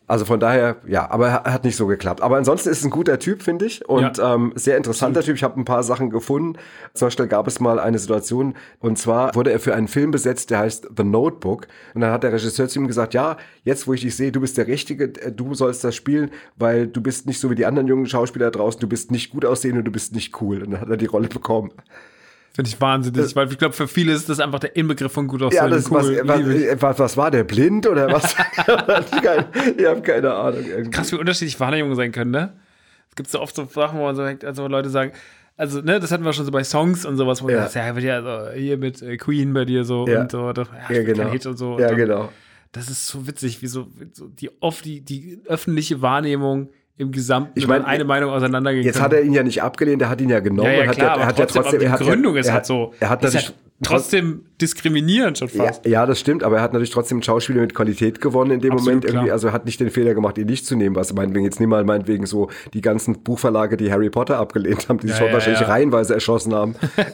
D: Also von daher, ja, aber er hat nicht so geklappt. Aber ansonsten ist es ein guter Typ, finde ich. Und
A: Ja.
D: ähm, sehr interessanter Typ. Ich habe ein paar Sachen gefunden. Zum Beispiel gab es mal eine Situation, und zwar wurde er für einen Film besetzt, der heißt The Notebook. Und dann hat der Regisseur zu ihm gesagt, ja, jetzt wo ich dich sehe, du bist der Richtige, du sollst das spielen, weil du bist nicht so wie die anderen jungen Schauspieler draußen, du bist nicht gut aussehend und du bist nicht cool. Und dann hat er die Rolle bekommen.
A: Finde ich wahnsinnig, weil ich glaube, für viele ist das einfach der Inbegriff von gut aussehen.
D: Ja, das
A: cool,
D: was,
A: liebe ich.
D: was, was, was war der, blind oder was? Ich habe keine Ahnung. Irgendwie.
A: Krass, wie unterschiedlich Wahrnehmungen sein können, ne? Es gibt so oft so Sachen, wo man so, also Leute sagen, also, ne, das hatten wir schon so bei Songs und sowas, wo
D: Ja.
A: du sagst, ja, wird ja so hier mit äh, Queen bei dir so
D: Ja.
A: und so, das, ja,
D: Ja,
A: ich bin kein
D: genau.
A: Hit und so. Und
D: Ja,
A: dann,
D: genau.
A: Das ist so witzig, wie so, wie so die, oft die, die öffentliche Wahrnehmung im Gesamten
D: Ich mein,
A: und eine Meinung auseinandergehen
D: Jetzt
A: können.
D: hat er ihn ja nicht abgelehnt, er hat ihn ja genommen.
A: ja, ja,
D: und hat
A: klar,
D: ja,
A: aber
D: er hat ja
A: trotzdem,
D: trotzdem,
A: aber
D: er
A: die
D: hat
A: Gründung
D: ja,
A: ist
D: er
A: halt
D: hat,
A: so,
D: Er hat
A: ist
D: natürlich
A: ja trotzdem diskriminierend schon fast.
D: Ja, ja, das stimmt, aber er hat natürlich trotzdem einen Schauspieler mit Qualität gewonnen in dem
A: Absolut,
D: Moment irgendwie.
A: klar.
D: Also er hat nicht den Fehler gemacht, ihn nicht zu nehmen, was meinetwegen jetzt nimm mal meinetwegen so die ganzen Buchverlage, die Harry Potter abgelehnt haben, die sich
A: Ja,
D: schon
A: ja,
D: wahrscheinlich
A: ja.
D: reihenweise erschossen haben.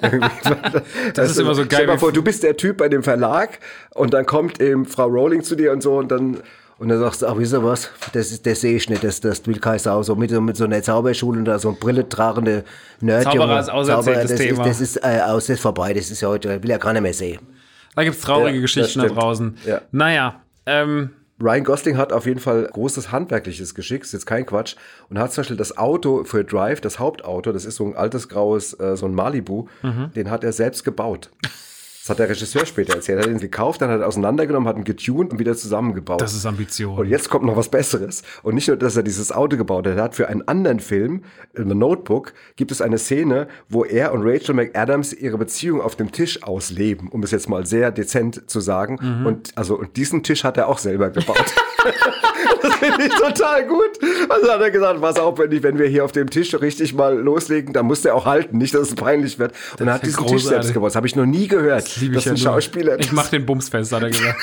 A: Das ist immer so geil,
D: Stell dir mal
A: wie-
D: vor, du bist der Typ bei dem Verlag und dann kommt eben Frau Rowling zu dir und so und dann und dann sagst du, ach, wisst ihr was, das, ist- das sehe ich nicht, das, das will keine Sau, so mit, so- mit so einer Zauberschule und da so ein Brille tragende Nerd.
A: Zauberer ist auserzähltes
D: das
A: Thema.
D: Ist, das ist äh, aus, das ist vorbei, das ist ja heute, will ja keiner mehr sehen.
A: Da gibt's traurige
D: Ja,
A: Geschichten
D: das
A: da
D: stimmt.
A: draußen.
D: Ja.
A: Naja, ähm,
D: Ryan Gosling hat auf jeden Fall großes handwerkliches Geschick, ist jetzt kein Quatsch, und hat zum Beispiel das Auto für Drive, das Hauptauto, das ist so ein altes graues, äh, so ein Malibu,
A: Mhm.
D: den hat er selbst gebaut. Das hat der Regisseur später erzählt. Er hat ihn gekauft, dann hat er auseinandergenommen, hat ihn getuned und wieder zusammengebaut.
A: das ist Ambition.
D: Und jetzt kommt noch was Besseres. Und nicht nur, dass er dieses Auto gebaut hat, er hat für einen anderen Film, in The Notebook, gibt es eine Szene, wo er und Rachel McAdams ihre Beziehung auf dem Tisch ausleben, um es jetzt mal sehr dezent zu sagen.
A: Mhm.
D: Und also und diesen Tisch hat er auch selber gebaut. Das finde ich total gut. Also hat er gesagt, pass auf, wenn, ich, wenn wir hier auf dem Tisch richtig mal loslegen, dann muss der auch halten, nicht, dass es peinlich wird. Und er hat
A: ist
D: diesen
A: ja
D: Tisch selbst
A: großartig.
D: gebaut. Das habe ich noch nie gehört.
A: Liebe
D: dass
A: ich
D: ein
A: ja nur.
D: Schauspieler.
A: Ich mach den Bums fest, hat er gesagt.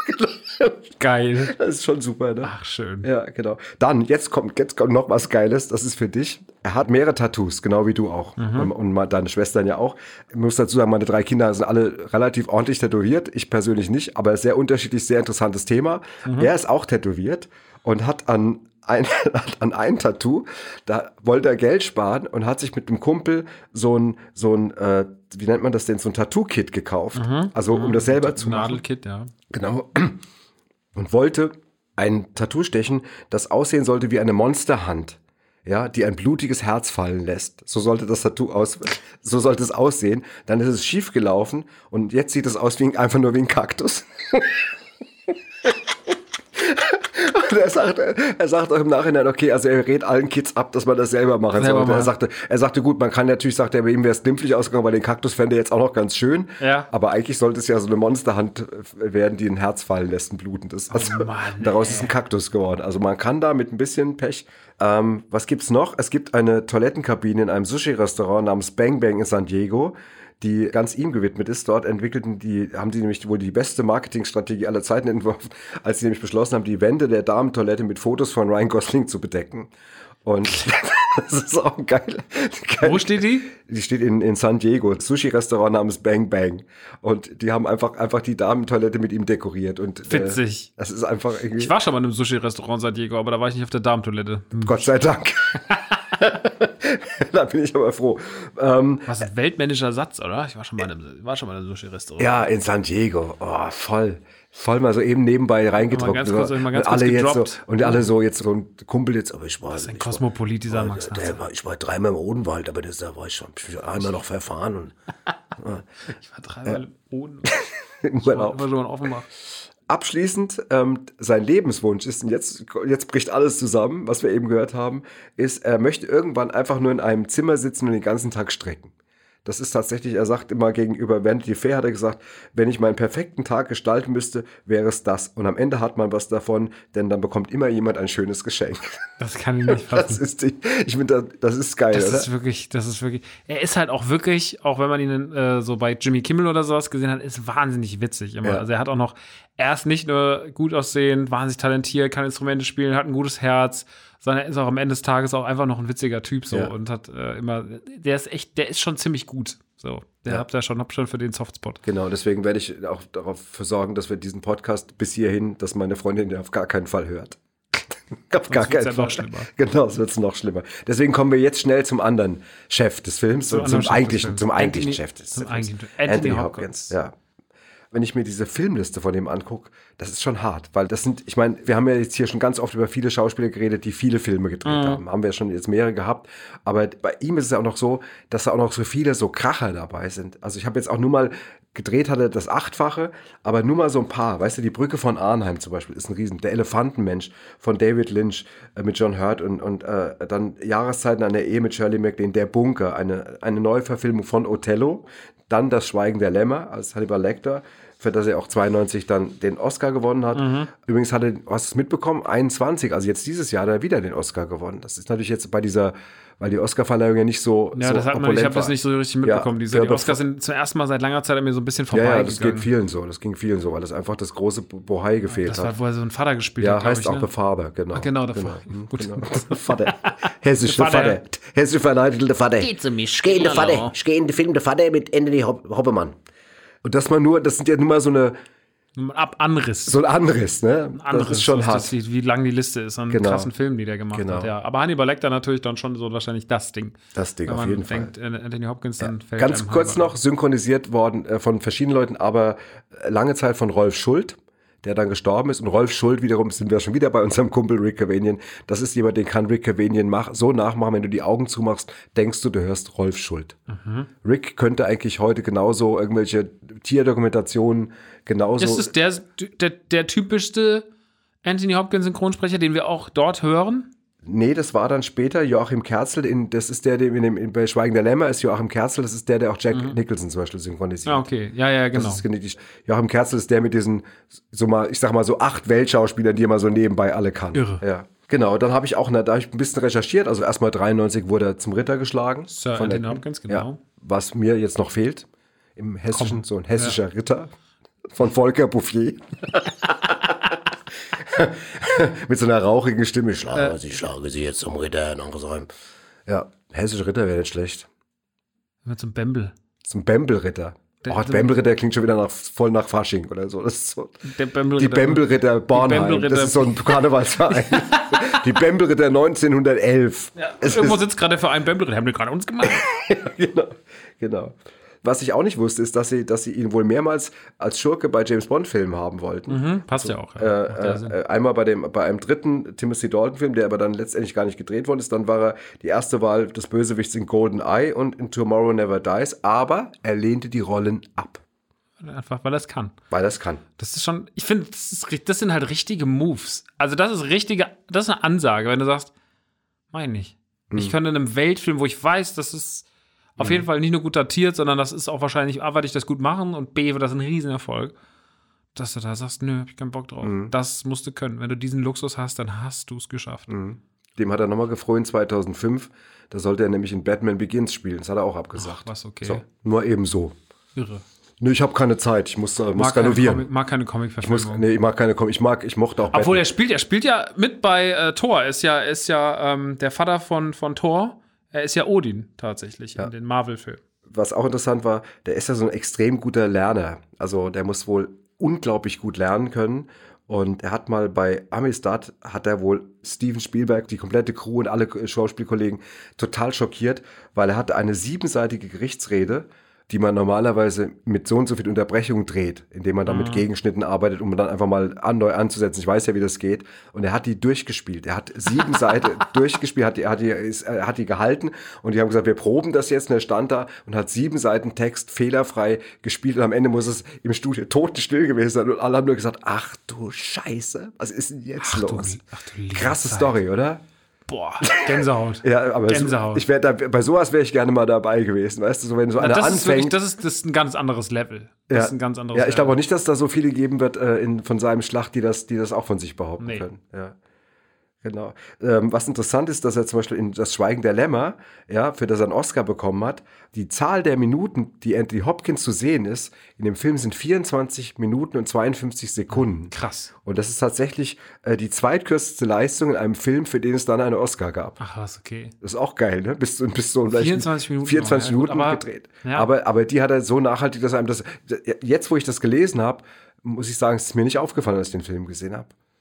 A: Geil.
D: Das ist schon super, ne?
A: Ach, schön.
D: Ja, genau. Dann, jetzt kommt, jetzt kommt noch was Geiles, das ist für dich. Er hat mehrere Tattoos, genau wie du auch. Und, und mal deine Schwestern ja auch. Ich muss dazu sagen, meine drei Kinder sind alle relativ ordentlich tätowiert. Ich persönlich nicht, aber sehr unterschiedlich, sehr interessantes Thema. Er ist auch tätowiert und hat an ein, hat an ein Tattoo, da wollte er Geld sparen und hat sich mit einem Kumpel so ein, so ein, äh, wie nennt man das denn, so ein Tattoo-Kit gekauft. Also, um das selber zu machen.
A: Nadelkit, ja.
D: Genau. Und wollte ein Tattoo stechen, das aussehen sollte wie eine Monsterhand, ja, die ein blutiges Herz fallen lässt. So sollte das Tattoo aus, so sollte es aussehen. Dann ist es schief gelaufen und jetzt sieht es aus wie ein, einfach nur wie ein Kaktus. Und er sagte, er sagt auch im Nachhinein, okay, also er rät allen Kids ab, dass man das selber machen
A: Selber
D: sollte. Er
A: machen.
D: sagte, er sagte, gut, man kann natürlich, sagt er, bei ihm wäre es glimpflich ausgegangen, weil den Kaktus fände er jetzt auch noch ganz schön.
A: Ja.
D: Aber eigentlich sollte es ja so eine Monsterhand werden, die ein Herz fallen lässt, ein blutendes. Also,
A: Oh Mann,
D: daraus ist ein Kaktus geworden. Also man kann da mit ein bisschen Pech. Ähm, was gibt's noch? Es gibt eine Toilettenkabine in einem Sushi-Restaurant namens Bang Bang in San Diego, die ganz ihm gewidmet ist. Dort entwickelten die, haben die nämlich wohl die beste Marketingstrategie aller Zeiten entworfen, als sie nämlich beschlossen haben, die Wände der Damentoilette mit Fotos von Ryan Gosling zu bedecken. Und das ist auch geil. geil.
A: Wo steht die?
D: Die steht in, in San Diego, ein Sushi-Restaurant namens Bang Bang. Und die haben einfach, einfach die Damentoilette mit ihm dekoriert. Und,
A: Witzig.
D: Äh, das ist einfach irgendwie,
A: Ich war schon mal in einem Sushi-Restaurant in San Diego, aber da war ich nicht auf der Damentoilette. Hm.
D: Gott sei Dank. Da bin ich aber froh. Ähm,
A: Was ein weltmännischer Satz, oder? Ich war schon mal in einem, war schon mal in einem Sushi-Restaurant.
D: ja, in San Diego. Oh, voll. Voll mal so eben nebenbei reingetrocknet.
A: ganz kurz, mal ganz
D: und alle
A: kurz
D: jetzt so,
A: gedroppt.
D: und alle so jetzt so ein Kumpel jetzt, aber ich war,
A: Das ist ein
D: ich
A: Kosmopolit, dieser
D: war,
A: Max.
D: der, war, ich war dreimal im Odenwald, aber das, da war ich schon einmal noch verfahren und
A: Ich war dreimal im Boden.
D: im
A: War
D: Urlaub.
A: schon mal offen gemacht.
D: Abschließend, ähm, sein Lebenswunsch ist, und jetzt, jetzt bricht alles zusammen, was wir eben gehört haben, ist, er möchte irgendwann einfach nur in einem Zimmer sitzen und den ganzen Tag strecken. Das ist tatsächlich, er sagt immer gegenüber Vanity Fair, hat er gesagt, wenn ich meinen perfekten Tag gestalten müsste, wäre es das. Und am Ende hat man was davon, denn dann bekommt immer jemand ein schönes Geschenk.
A: Das kann ich nicht
D: Das
A: fassen.
D: ist, die, ich finde, das, das ist geil,
A: Das
D: oder?
A: ist wirklich, das ist wirklich. Er ist halt auch wirklich, auch wenn man ihn äh, so bei Jimmy Kimmel oder sowas gesehen hat, ist wahnsinnig witzig immer.
D: Ja.
A: Also er hat auch noch, er ist nicht nur gut aussehend, wahnsinnig talentiert, kann Instrumente spielen, hat ein gutes Herz, sondern er ist auch am Ende des Tages auch einfach noch ein witziger Typ so
D: Ja.
A: und hat äh, immer, der ist echt, der ist schon ziemlich gut. So, der
D: Ja.
A: habt ja schon, hab schon für den Softspot.
D: Genau, deswegen werde ich auch darauf sorgen, dass wir diesen Podcast bis hierhin, dass meine Freundin den auf gar keinen Fall hört. Auf gar keinen Fall. Genau, es wird noch schlimmer. Deswegen kommen wir jetzt schnell zum anderen Chef des Films, zum, zum eigentlichen, zum eigentlichen Chef des
E: zum
D: Films.
E: Anthony,
D: Anthony
E: Hopkins.
D: Hopkins. Ja. Wenn ich mir diese Filmliste von dem angucke, das ist schon hart, weil das sind, ich meine, wir haben ja jetzt hier schon ganz oft über viele Schauspieler geredet, die viele Filme gedreht mhm. haben. Haben wir schon jetzt mehrere gehabt. Aber bei ihm ist es ja auch noch so, dass da auch noch so viele so Kracher dabei sind. Also ich habe jetzt auch nur mal gedreht, hatte das Achtfache, aber nur mal so ein paar. Weißt du, die Brücke von Arnheim zum Beispiel ist ein Riesen. Der Elefantenmensch von David Lynch äh, mit John Hurt und, und äh, dann Jahreszeiten an der Ehe mit Shirley MacLaine, Der Bunker, eine, eine Neuverfilmung von Othello. Dann Das Schweigen der Lämmer als Hannibal Lecter, für das er auch zweiundneunzig dann den Oscar gewonnen hat. Mhm. Übrigens hat er, hast du es mitbekommen, einundzwanzig, also jetzt dieses Jahr hat er wieder den Oscar gewonnen. Das ist natürlich jetzt bei dieser, weil die Oscarverleihung ja nicht so
A: Ja,
D: so
A: das hat man, ich habe das nicht so richtig mitbekommen.
D: Ja,
A: Diese,
D: ja,
A: die Oscars sind zum ersten Mal seit langer Zeit an mir so ein bisschen vorbeigegangen.
D: Ja, ja, das geht vielen so, das ging vielen so, weil das einfach das große Bohai gefehlt hat.
A: Das war, wo er so einen Vater gespielt
D: ja,
A: hat,
D: heißt
A: ich,
D: auch
A: ne?
D: The Father, genau.
A: Ach, genau, der
D: genau.
A: Vater.
D: Mhm,
A: Gut.
D: Genau. Vater. Hessische
A: Vater.
D: Vater. Hessische verleitete Vater.
E: Geh zu mich.
B: Ich gehe in den Vater. Ich gehe in den Film Der Vater mit Anthony Hop- Hoppemann.
D: Und das mal nur, das sind ja nur mal so eine,
A: Ab Anriss.
D: so ein Anderes, ne?
A: Anderes,
D: das ist schon
A: das,
D: hart.
A: das, wie lang die Liste ist an
D: Genau.
A: krassen Filmen, die der gemacht
D: Genau.
A: hat. Ja. Aber Hannibal Lecter natürlich dann schon so wahrscheinlich das Ding.
D: Das Ding,
A: Wenn
D: auf
A: man
D: jeden
A: denkt,
D: Fall.
A: äh, Anthony Hopkins, dann fällt
D: Ganz
A: einem
D: kurz
A: Hannibal
D: noch, synchronisiert worden äh, von verschiedenen Leuten, aber äh, lange Zeit von Rolf Schuld, der dann gestorben ist. Und Rolf Schuld wiederum, sind wir schon wieder bei unserem Kumpel Rick Cavanian. Das ist jemand, den kann Rick Cavanian mach, so nachmachen, wenn du die Augen zumachst, denkst du, du hörst Rolf Schuld. Mhm. Rick könnte eigentlich heute genauso irgendwelche Tierdokumentationen genauso...
A: Ist es der, der, der typischste Anthony Hopkins Synchronsprecher, den wir auch dort hören?
D: Nee, das war dann später Joachim Kerzel, in, das ist der, der in dem, in, bei Schweigen der Lämmer ist Joachim Kerzel, das ist der, der auch Jack mhm. Nicholson zum Beispiel synchronisiert.
A: Ah, okay, ja, ja, genau.
D: Das ist genetisch. Joachim Kerzel ist der mit diesen, so mal, ich sag mal so acht Weltschauspielern, die er mal so nebenbei alle kann.
A: Irre.
D: Ja. Genau, dann habe ich auch, da habe ich ein bisschen recherchiert, also erstmal dreiundneunzig wurde er zum Ritter geschlagen.
A: Sir
D: von
A: Anthony
D: der,
A: Hopkins, genau.
D: Ja, was mir jetzt noch fehlt, im Hessischen,
A: Komm.
D: so ein hessischer ja. Ritter von Volker Bouffier. Mit so einer rauchigen Stimme. Ich schlage, äh, sie, schlage sie jetzt zum Ritter in Angersheim. Ja, hessischer Ritter wäre nicht schlecht.
A: Mit zum Bembel.
D: Zum Bembelritter. Oh, Bembelritter klingt schon wieder nach, voll nach Fasching oder so. Das ist so.
A: Der Bembelritter.
D: Die Bembelritter Bornheim. Bembelritter. Das ist so ein Karnevalsverein. Die Bembelritter neunzehnhundertelf.
A: Ja, irgendwo sitzt gerade der Verein Bembelritter. Haben die gerade uns gemacht.
D: Ja, genau, genau. Was ich auch nicht wusste, ist, dass sie, dass sie ihn wohl mehrmals als Schurke bei James-Bond-Filmen haben wollten.
A: Mhm, passt so, ja auch. Ja.
D: Äh, äh, einmal bei, dem, bei einem dritten Timothy Dalton-Film, der aber dann letztendlich gar nicht gedreht worden ist. Dann war er die erste Wahl des Bösewichts in Golden Eye und in Tomorrow Never Dies. Aber er lehnte die Rollen ab.
A: Einfach, weil er es kann.
D: Weil er es kann.
A: Das ist schon, ich finde, das, ist, das sind halt richtige Moves. Also das ist richtige, das ist eine Ansage, wenn du sagst, meine ich. Mhm. Ich könnte in einem Weltfilm, wo ich weiß, das ist auf jeden Fall nicht nur gut datiert, sondern das ist auch wahrscheinlich, A, werde ich das gut machen und B, wird das ein Riesenerfolg, dass du da sagst, nö, hab ich keinen Bock drauf. Mhm. Das musst du können. Wenn du diesen Luxus hast, dann hast du es geschafft.
D: Mhm. Dem hat er nochmal gefreut zweitausendfünf. Da sollte er nämlich in Batman Begins spielen. Das hat er auch abgesagt.
A: Ach, was, okay.
D: So, nur eben so.
A: Irre.
D: Nö, ich habe keine Zeit. Ich muss, äh, muss
A: mag
D: renovieren.
A: Keine mag keine Comic-Verfilmung.
D: Nee, ich mag keine Comic. Ich mag, ich mochte auch
A: Obwohl
D: Batman.
A: er spielt, er spielt ja mit bei äh, Thor. Er ist ja, ist ja ähm, der Vater von, von Thor. Er ist ja Odin tatsächlich
D: ja.
A: in den Marvel-Filmen.
D: Was auch interessant war, der ist ja so ein extrem guter Lerner. Also der muss wohl unglaublich gut lernen können. Und er hat mal bei Amistad, hat er wohl Steven Spielberg, die komplette Crew und alle Schauspielkollegen total schockiert, weil er hatte eine siebenseitige Gerichtsrede, die man normalerweise mit so und so viel Unterbrechung dreht, indem man dann mhm. mit Gegenschnitten arbeitet, um dann einfach mal an, neu anzusetzen. Ich weiß ja, wie das geht. Und er hat die durchgespielt. Er hat sieben Seiten durchgespielt, hat die, hat, die, ist, hat die gehalten und die haben gesagt, wir proben das jetzt. Und er stand da und hat sieben Seiten Text fehlerfrei gespielt. Und am Ende muss es im Studio totenstill gewesen sein. Und alle haben nur gesagt, ach du Scheiße, was ist denn jetzt
A: ach
D: los?
A: Du, ach du
D: Krasse
A: Zeit.
D: Story, oder?
A: Boah, Gänsehaut.
D: Ja, aber
A: Gänsehaut.
D: So, ich wär da, bei sowas wäre ich gerne mal dabei gewesen, weißt du, so wenn so einer
A: das
D: anfängt.
A: Ist wirklich, das, ist, das ist ein ganz anderes Level. Das
D: ja,
A: ist ein ganz anderes
D: ja, ich glaube
A: Level.
D: auch nicht, dass da so viele geben wird äh, in, von seinem Schlacht, die das, die das auch von sich behaupten
A: nee.
D: können. Ja. Genau. Ähm, was interessant ist, dass er zum Beispiel in Das Schweigen der Lämmer, ja, für das er einen Oscar bekommen hat, die Zahl der Minuten, die Anthony Hopkins zu sehen ist, in dem Film sind vierundzwanzig Minuten und zweiundfünfzig Sekunden.
A: Krass.
D: Und das ist tatsächlich äh, die zweitkürzeste Leistung in einem Film, für den es dann einen Oscar gab.
A: Ach was, okay.
D: Das ist auch geil, ne? Bis, bis so
A: vierundzwanzig Minuten,
D: vierundzwanzig
A: noch, ja,
D: Minuten
A: gut, aber,
D: gedreht.
A: Ja.
D: Aber, aber die hat er so nachhaltig, dass einem das. Jetzt, wo ich das gelesen habe, muss ich sagen, es ist mir nicht aufgefallen, als ich den Film gesehen habe.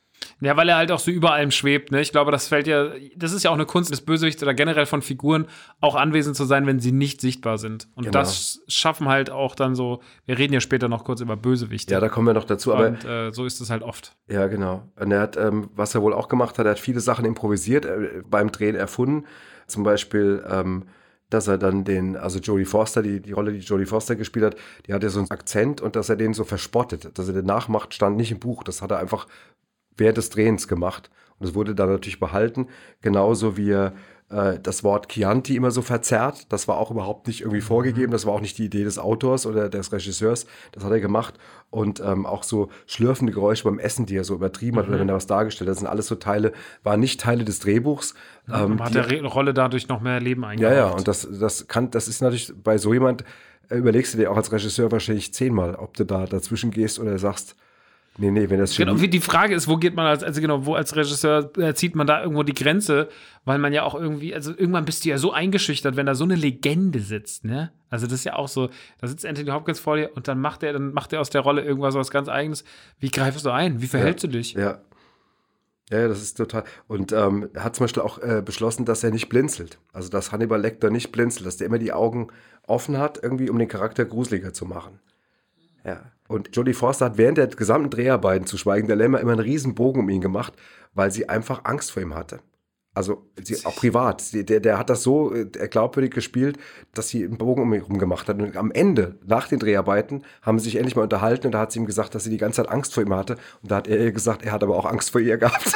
A: Ja, weil er halt auch so über allem schwebt, ne? Ich glaube, das fällt ja, das ist ja auch eine Kunst des Bösewichts oder generell von Figuren, auch anwesend zu sein, wenn sie nicht sichtbar sind. Und
D: Genau.
A: das schaffen halt auch dann so, wir reden ja später noch kurz über Bösewichte.
D: Ja, da kommen wir noch dazu, aber
A: Und äh, so ist es halt oft.
D: ja, genau. Und er hat, ähm, was er wohl auch gemacht hat, er hat viele Sachen improvisiert, äh, beim Drehen erfunden. Zum Beispiel, ähm, dass er dann den, also Jodie Foster, die, die Rolle, die Jodie Foster gespielt hat, die hatte so einen Akzent und dass er den so verspottet, dass er den nachmacht, stand nicht im Buch. Das hat er einfach während des Drehens gemacht. Und das wurde dann natürlich behalten. Genauso wie er äh, das Wort Chianti immer so verzerrt. Das war auch überhaupt nicht irgendwie vorgegeben. Das war auch nicht die Idee des Autors oder des Regisseurs. Das hat er gemacht. Und ähm, auch so schlürfende Geräusche beim Essen, die er so übertrieben hat, oder wenn er was dargestellt hat. Das sind alles so Teile, waren nicht Teile des Drehbuchs.
A: Ähm, hat
D: die,
A: der Re- Rolle dadurch noch mehr Leben
D: ja,
A: eingehaucht.
D: ja, und das, das kann, das ist natürlich bei so jemand, äh, überlegst du dir auch als Regisseur wahrscheinlich zehnmal, ob du da dazwischen gehst oder sagst, nee, nee, wenn das
A: Genau,
D: Genie-
A: wie die Frage ist, wo geht man als, also genau, wo als Regisseur äh, zieht man da irgendwo die Grenze, weil man ja auch irgendwie, also irgendwann bist du ja so eingeschüchtert, wenn da so eine Legende sitzt, ne? Also das ist ja auch so, da sitzt Anthony Hopkins vor dir und dann macht er, dann macht er aus der Rolle irgendwas was ganz Eigenes. Wie greifst du ein? Wie verhältst
D: ja,
A: du dich?
D: Ja. Ja, ja, das ist total. Und ähm, er hat zum Beispiel auch äh, beschlossen, dass er nicht blinzelt. Also, dass Hannibal Lecter nicht blinzelt, dass der immer die Augen offen hat, irgendwie, um den Charakter gruseliger zu machen. Ja. Und Jodie Foster hat während der gesamten Dreharbeiten zu Schweigen der Lämmer immer einen riesen Bogen um ihn gemacht, weil sie einfach Angst vor ihm hatte. Also sie, auch privat. Sie, der, der hat das so äh, glaubwürdig gespielt, dass sie einen Bogen um ihn herum gemacht hat. Und am Ende, nach den Dreharbeiten, haben sie sich endlich mal unterhalten und da hat sie ihm gesagt, dass sie die ganze Zeit Angst vor ihm hatte. Und da hat er ihr gesagt, er hat aber auch Angst vor ihr gehabt.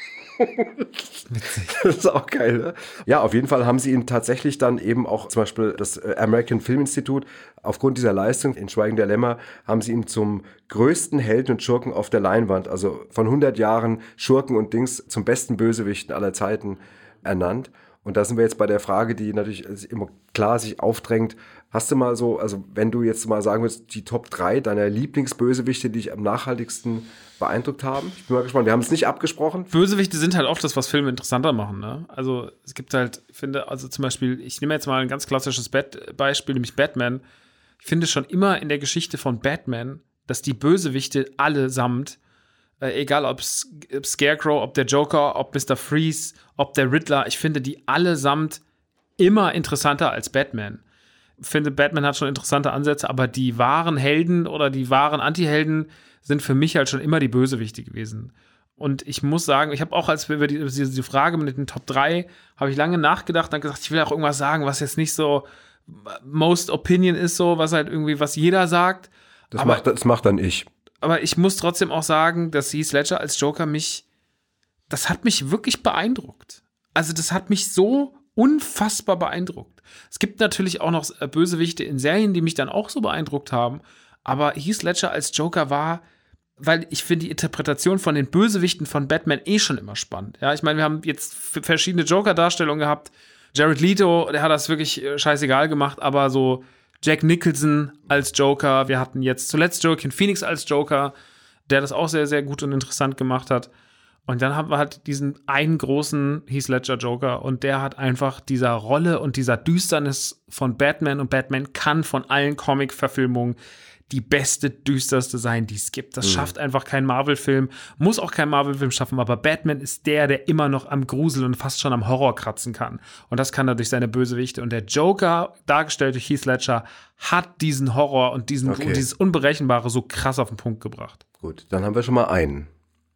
D: Das ist auch geil, ne? Ja, auf jeden Fall haben sie ihn tatsächlich dann eben auch, zum Beispiel das American Film Institute, aufgrund dieser Leistung in Schweigen der Lämmer, haben sie ihn zum größten Helden und Schurken auf der Leinwand, also von hundert Jahren Schurken und Dings zum besten Bösewichten aller Zeiten ernannt. Und da sind wir jetzt bei der Frage, die natürlich immer klar sich aufdrängt. Hast du mal so, also wenn du jetzt mal sagen würdest, die Top drei deiner Lieblingsbösewichte, die dich am nachhaltigsten beeindruckt haben? Ich bin mal gespannt. Wir haben es nicht abgesprochen.
A: Bösewichte sind halt oft das, was Filme interessanter machen, ne? Also es gibt halt, ich finde, also zum Beispiel, ich nehme jetzt mal ein ganz klassisches Bat- Beispiel, nämlich Batman. Ich finde schon immer in der Geschichte von Batman, dass die Bösewichte allesamt, äh, egal ob Scarecrow, ob der Joker, ob Mister Freeze, ob der Riddler, ich finde die allesamt immer interessanter als Batman. Ich finde, Batman hat schon interessante Ansätze, aber die wahren Helden oder die wahren Anti-Helden sind für mich halt schon immer die Bösewichte gewesen. Und ich muss sagen, ich habe auch, als wir über die, diese Frage mit den Top drei, habe ich lange nachgedacht und gesagt, ich will auch irgendwas sagen, was jetzt nicht so most opinion ist, so, was halt irgendwie, was jeder sagt.
D: Das,
A: aber,
D: macht, das macht dann ich.
A: Aber ich muss trotzdem auch sagen, dass Heath Ledger als Joker mich, das hat mich wirklich beeindruckt. Also das hat mich so unfassbar beeindruckt. Es gibt natürlich auch noch Bösewichte in Serien, die mich dann auch so beeindruckt haben, aber Heath Ledger als Joker war, weil ich finde die Interpretation von den Bösewichten von Batman eh schon immer spannend. Ja, ich meine, wir haben jetzt verschiedene Joker-Darstellungen gehabt. Jared Leto, der hat das wirklich scheißegal gemacht, aber so Jack Nicholson als Joker, wir hatten jetzt zuletzt Joaquin Phoenix als Joker, der das auch sehr, sehr gut und interessant gemacht hat. Und dann haben wir halt diesen einen großen Heath Ledger Joker und der hat einfach dieser Rolle und dieser Düsternis von Batman und Batman kann von allen Comic-Verfilmungen die beste, düsterste sein, die es gibt. Das mhm. schafft einfach kein Marvel-Film, muss auch kein Marvel-Film schaffen, aber Batman ist der, der immer noch am Grusel und fast schon am Horror kratzen kann. Und das kann er durch seine Bösewichte. Und der Joker, dargestellt durch Heath Ledger, hat diesen Horror und diesen,
D: okay.
A: und dieses Unberechenbare so krass auf den Punkt gebracht.
D: Gut, dann haben wir schon mal einen.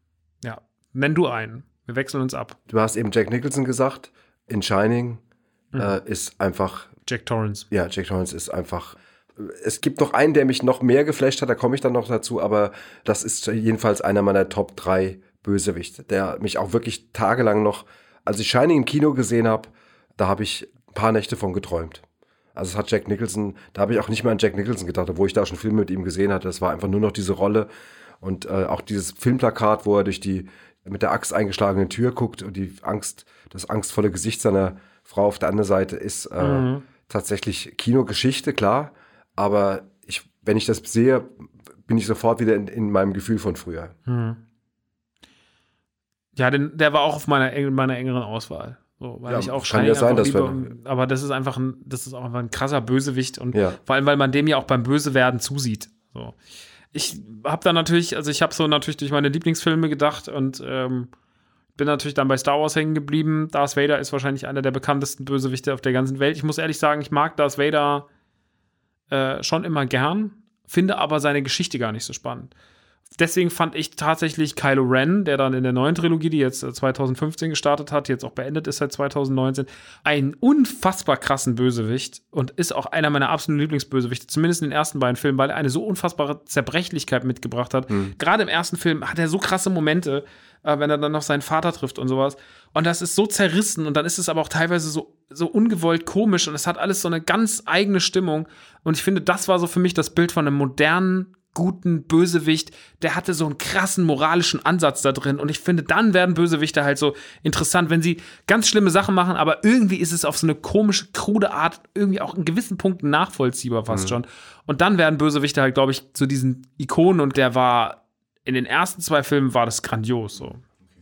A: Ja, nenn du einen. Wir wechseln uns ab.
D: Du hast eben Jack Nicholson gesagt. In Shining mhm. äh, ist einfach
A: Jack Torrance.
D: Ja, Jack Torrance ist einfach. Es gibt noch einen, der mich noch mehr geflasht hat, da komme ich dann noch dazu, aber das ist jedenfalls einer meiner Top drei Bösewichte, der mich auch wirklich tagelang noch, als ich Shining im Kino gesehen habe, da habe ich ein paar Nächte von geträumt. Also es hat Jack Nicholson, da habe ich auch nicht mehr an Jack Nicholson gedacht, obwohl ich da schon Filme mit ihm gesehen hatte. Das war einfach nur noch diese Rolle und äh, auch dieses Filmplakat, wo er durch die mit der Axt eingeschlagene Tür guckt und die Angst, das angstvolle Gesicht seiner Frau auf der anderen Seite ist äh, mhm. tatsächlich Kinogeschichte, klar. Aber ich, wenn ich das sehe, bin ich sofort wieder in, in meinem Gefühl von früher.
A: Hm. Ja, denn der war auch auf meiner, meiner engeren Auswahl. So, weil
D: ja,
A: ich auch
D: kann ja sein, dass wir
A: aber das ist einfach ein, das ist auch einfach ein krasser Bösewicht und
D: ja.
A: vor allem, weil man dem ja auch beim Bösewerden zusieht. So. ich habe dann natürlich, also ich habe so natürlich durch meine Lieblingsfilme gedacht und ähm, bin natürlich dann bei Star Wars hängen geblieben. Darth Vader ist wahrscheinlich einer der bekanntesten Bösewichte auf der ganzen Welt. Ich muss ehrlich sagen, ich mag Darth Vader äh, schon immer gern, finde aber seine Geschichte gar nicht so spannend. Deswegen fand ich tatsächlich Kylo Ren, der dann in der neuen Trilogie, die jetzt zwanzig fünfzehn gestartet hat, jetzt auch beendet ist seit zwanzig neunzehn, einen unfassbar krassen Bösewicht und ist auch einer meiner absoluten Lieblingsbösewichte, zumindest in den ersten beiden Filmen, weil er eine so unfassbare Zerbrechlichkeit mitgebracht hat. Mhm. Gerade im ersten Film hat er so krasse Momente, äh, wenn er dann noch seinen Vater trifft und sowas. Und das ist so zerrissen und dann ist es aber auch teilweise so, so ungewollt komisch und es hat alles so eine ganz eigene Stimmung. Und ich finde, das war so für mich das Bild von einem modernen, guten Bösewicht, der hatte so einen krassen moralischen Ansatz da drin und ich finde, dann werden Bösewichte halt so interessant, wenn sie ganz schlimme Sachen machen, aber irgendwie ist es auf so eine komische, krude Art irgendwie auch in gewissen Punkten nachvollziehbar fast mhm. schon und dann werden Bösewichte halt, glaube ich, zu diesen Ikonen und der war, in den ersten zwei Filmen war das grandios so.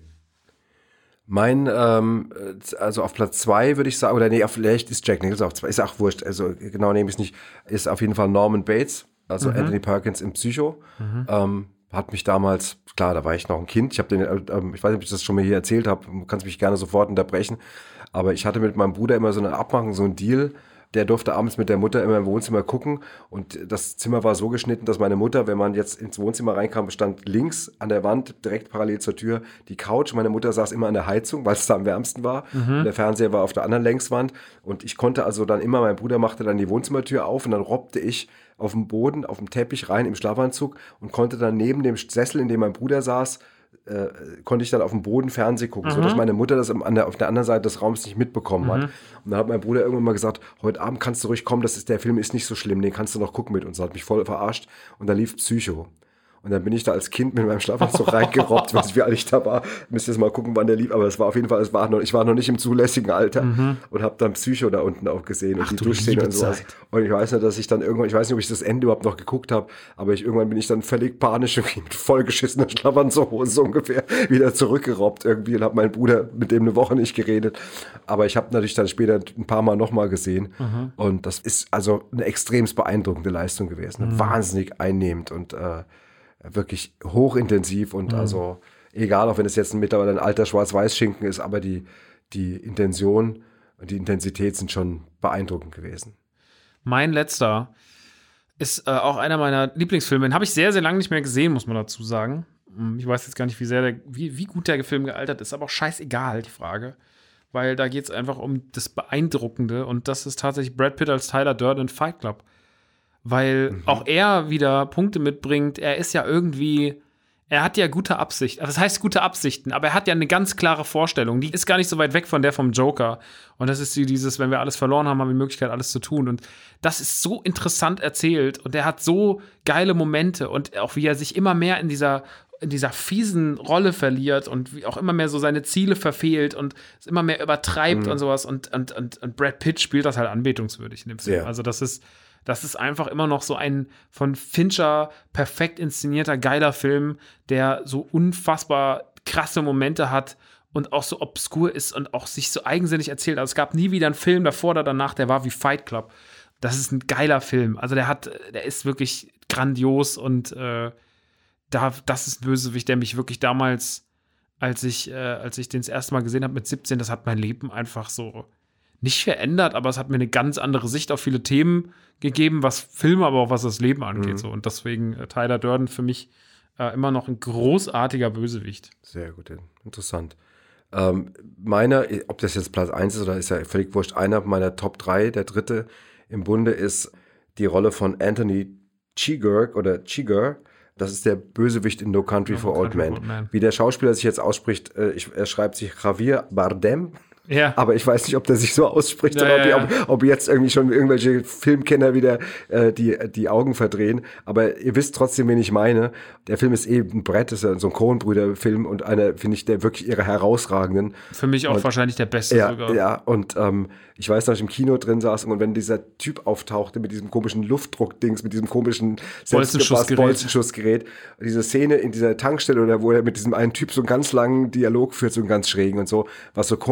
D: Mein, ähm, also auf Platz zwei würde ich sagen, oder nee, vielleicht ist Jack Nicholson auf zwei, ist auch wurscht, also genau nehme ich es nicht, ist auf jeden Fall Norman Bates. Also mhm. Anthony Perkins im Psycho, mhm. ähm, hat mich damals, klar, da war ich noch ein Kind, ich habe den, äh, ich weiß nicht, ob ich das schon mal hier erzählt habe, du kannst mich gerne sofort unterbrechen, aber ich hatte mit meinem Bruder immer so eine Abmachung, so einen Deal, der durfte abends mit der Mutter immer im Wohnzimmer gucken und das Zimmer war so geschnitten, dass meine Mutter, wenn man jetzt ins Wohnzimmer reinkam, stand links an der Wand, direkt parallel zur Tür, die Couch. Meine Mutter saß immer an der Heizung, weil es da am wärmsten war. Mhm. Und der Fernseher war auf der anderen Längswand und ich konnte also dann immer, mein Bruder machte dann die Wohnzimmertür auf und dann robbte ich auf dem Boden, auf dem Teppich rein im Schlafanzug und konnte dann neben dem Sessel, in dem mein Bruder saß, äh, konnte ich dann auf dem Boden Fernsehen gucken, mhm. sodass meine Mutter das an der, auf der anderen Seite des Raums nicht mitbekommen mhm. hat. Und dann hat mein Bruder irgendwann mal gesagt, heute Abend kannst du ruhig kommen, das ist, der Film ist nicht so schlimm, den kannst du noch gucken mit uns. Das hat mich voll verarscht und da lief Psycho. Und dann bin ich da als Kind mit meinem Schlafanzug reingerobbt, weiß nicht, wie alt ich da war. Müsst ihr jetzt mal gucken, wann der lief. Aber es war auf jeden Fall, es war noch, ich war noch nicht im zulässigen Alter mhm. und habe dann Psycho da unten auch gesehen.
A: Ach,
D: und die Duschszene und sowas. Und ich weiß nicht, dass ich dann irgendwann, ich weiß nicht, ob ich das Ende überhaupt noch geguckt habe, aber ich, irgendwann bin ich dann völlig panisch irgendwie mit vollgeschissener Schlafanzughose so ungefähr wieder zurückgerobbt irgendwie und habe meinen Bruder mit dem eine Woche nicht geredet. Aber ich habe natürlich dann später ein paar Mal nochmal gesehen. Mhm. Und das ist also eine extrem beeindruckende Leistung gewesen. Mhm. Wahnsinnig einnehmend und äh, wirklich hochintensiv und mhm. also egal, auch wenn es jetzt mittlerweile ein alter Schwarz-Weiß-Schinken ist, aber die, die Intention und die Intensität sind schon beeindruckend gewesen.
A: Mein letzter ist äh, auch einer meiner Lieblingsfilme. Den habe ich sehr, sehr lange nicht mehr gesehen, muss man dazu sagen. Ich weiß jetzt gar nicht, wie sehr der, wie, wie gut der Film gealtert ist, aber auch scheißegal, die Frage. Weil da geht es einfach um das Beeindruckende und das ist tatsächlich Brad Pitt als Tyler Durden in Fight Club. Weil mhm. auch er wieder Punkte mitbringt. Er ist ja irgendwie, er hat ja gute Absichten. Das heißt gute Absichten, aber er hat ja eine ganz klare Vorstellung. Die ist gar nicht so weit weg von der vom Joker. Und das ist dieses, wenn wir alles verloren haben, haben wir die Möglichkeit, alles zu tun. Und das ist so interessant erzählt. Und er hat so geile Momente. Und auch wie er sich immer mehr in dieser, in dieser fiesen Rolle verliert und wie auch immer mehr so seine Ziele verfehlt und es immer mehr übertreibt mhm. und sowas. Und, und, und, und Brad Pitt spielt das halt anbetungswürdig in dem Film. Ja. Also das ist Das ist einfach immer noch so ein von Fincher perfekt inszenierter, geiler Film, der so unfassbar krasse Momente hat und auch so obskur ist und auch sich so eigensinnig erzählt. Also es gab nie wieder einen Film davor oder danach, der war wie Fight Club. Das ist ein geiler Film. Also der hat, der ist wirklich grandios und äh, da, das ist ein Bösewicht, der mich wirklich damals, als ich, äh, als ich den das erste Mal gesehen habe mit siebzehn, das hat mein Leben einfach so nicht verändert, aber es hat mir eine ganz andere Sicht auf viele Themen gegeben, was Filme, aber auch was das Leben angeht. Mhm. So. Und deswegen äh, Tyler Durden für mich äh, immer noch ein großartiger Bösewicht.
D: Sehr gut, interessant. Ähm, meiner, ob das jetzt Platz eins ist oder ist ja völlig wurscht, einer meiner Top drei, der dritte im Bunde ist die Rolle von Anthony Chigurh oder Chigurh. Das ist der Bösewicht in No Country no for Old Men. Man. Wie der Schauspieler sich jetzt ausspricht, äh, ich, er schreibt sich Javier Bardem. Ja. Aber ich weiß nicht, ob der sich so ausspricht ja, oder ob, ja, ja. Die, ob, ob jetzt irgendwie schon irgendwelche Filmkenner wieder äh, die, die Augen verdrehen. Aber ihr wisst trotzdem, wen ich meine. Der Film ist eben ein Brett, ist ja so ein Coen-Brüder-Film und einer, finde ich, der wirklich ihre herausragenden.
A: Für mich auch und, wahrscheinlich der beste
D: ja,
A: sogar.
D: Ja, und ähm, ich weiß noch, ich im Kino drin saß und wenn dieser Typ auftauchte mit diesem komischen Luftdruckdings, mit diesem komischen
A: Bolzenschussgerät,
D: Bolzenschussgerät, diese Szene in dieser Tankstelle oder wo er mit diesem einen Typ so einen ganz langen Dialog führt, so einen ganz schrägen und so, was so Coen-Brüder-mäßig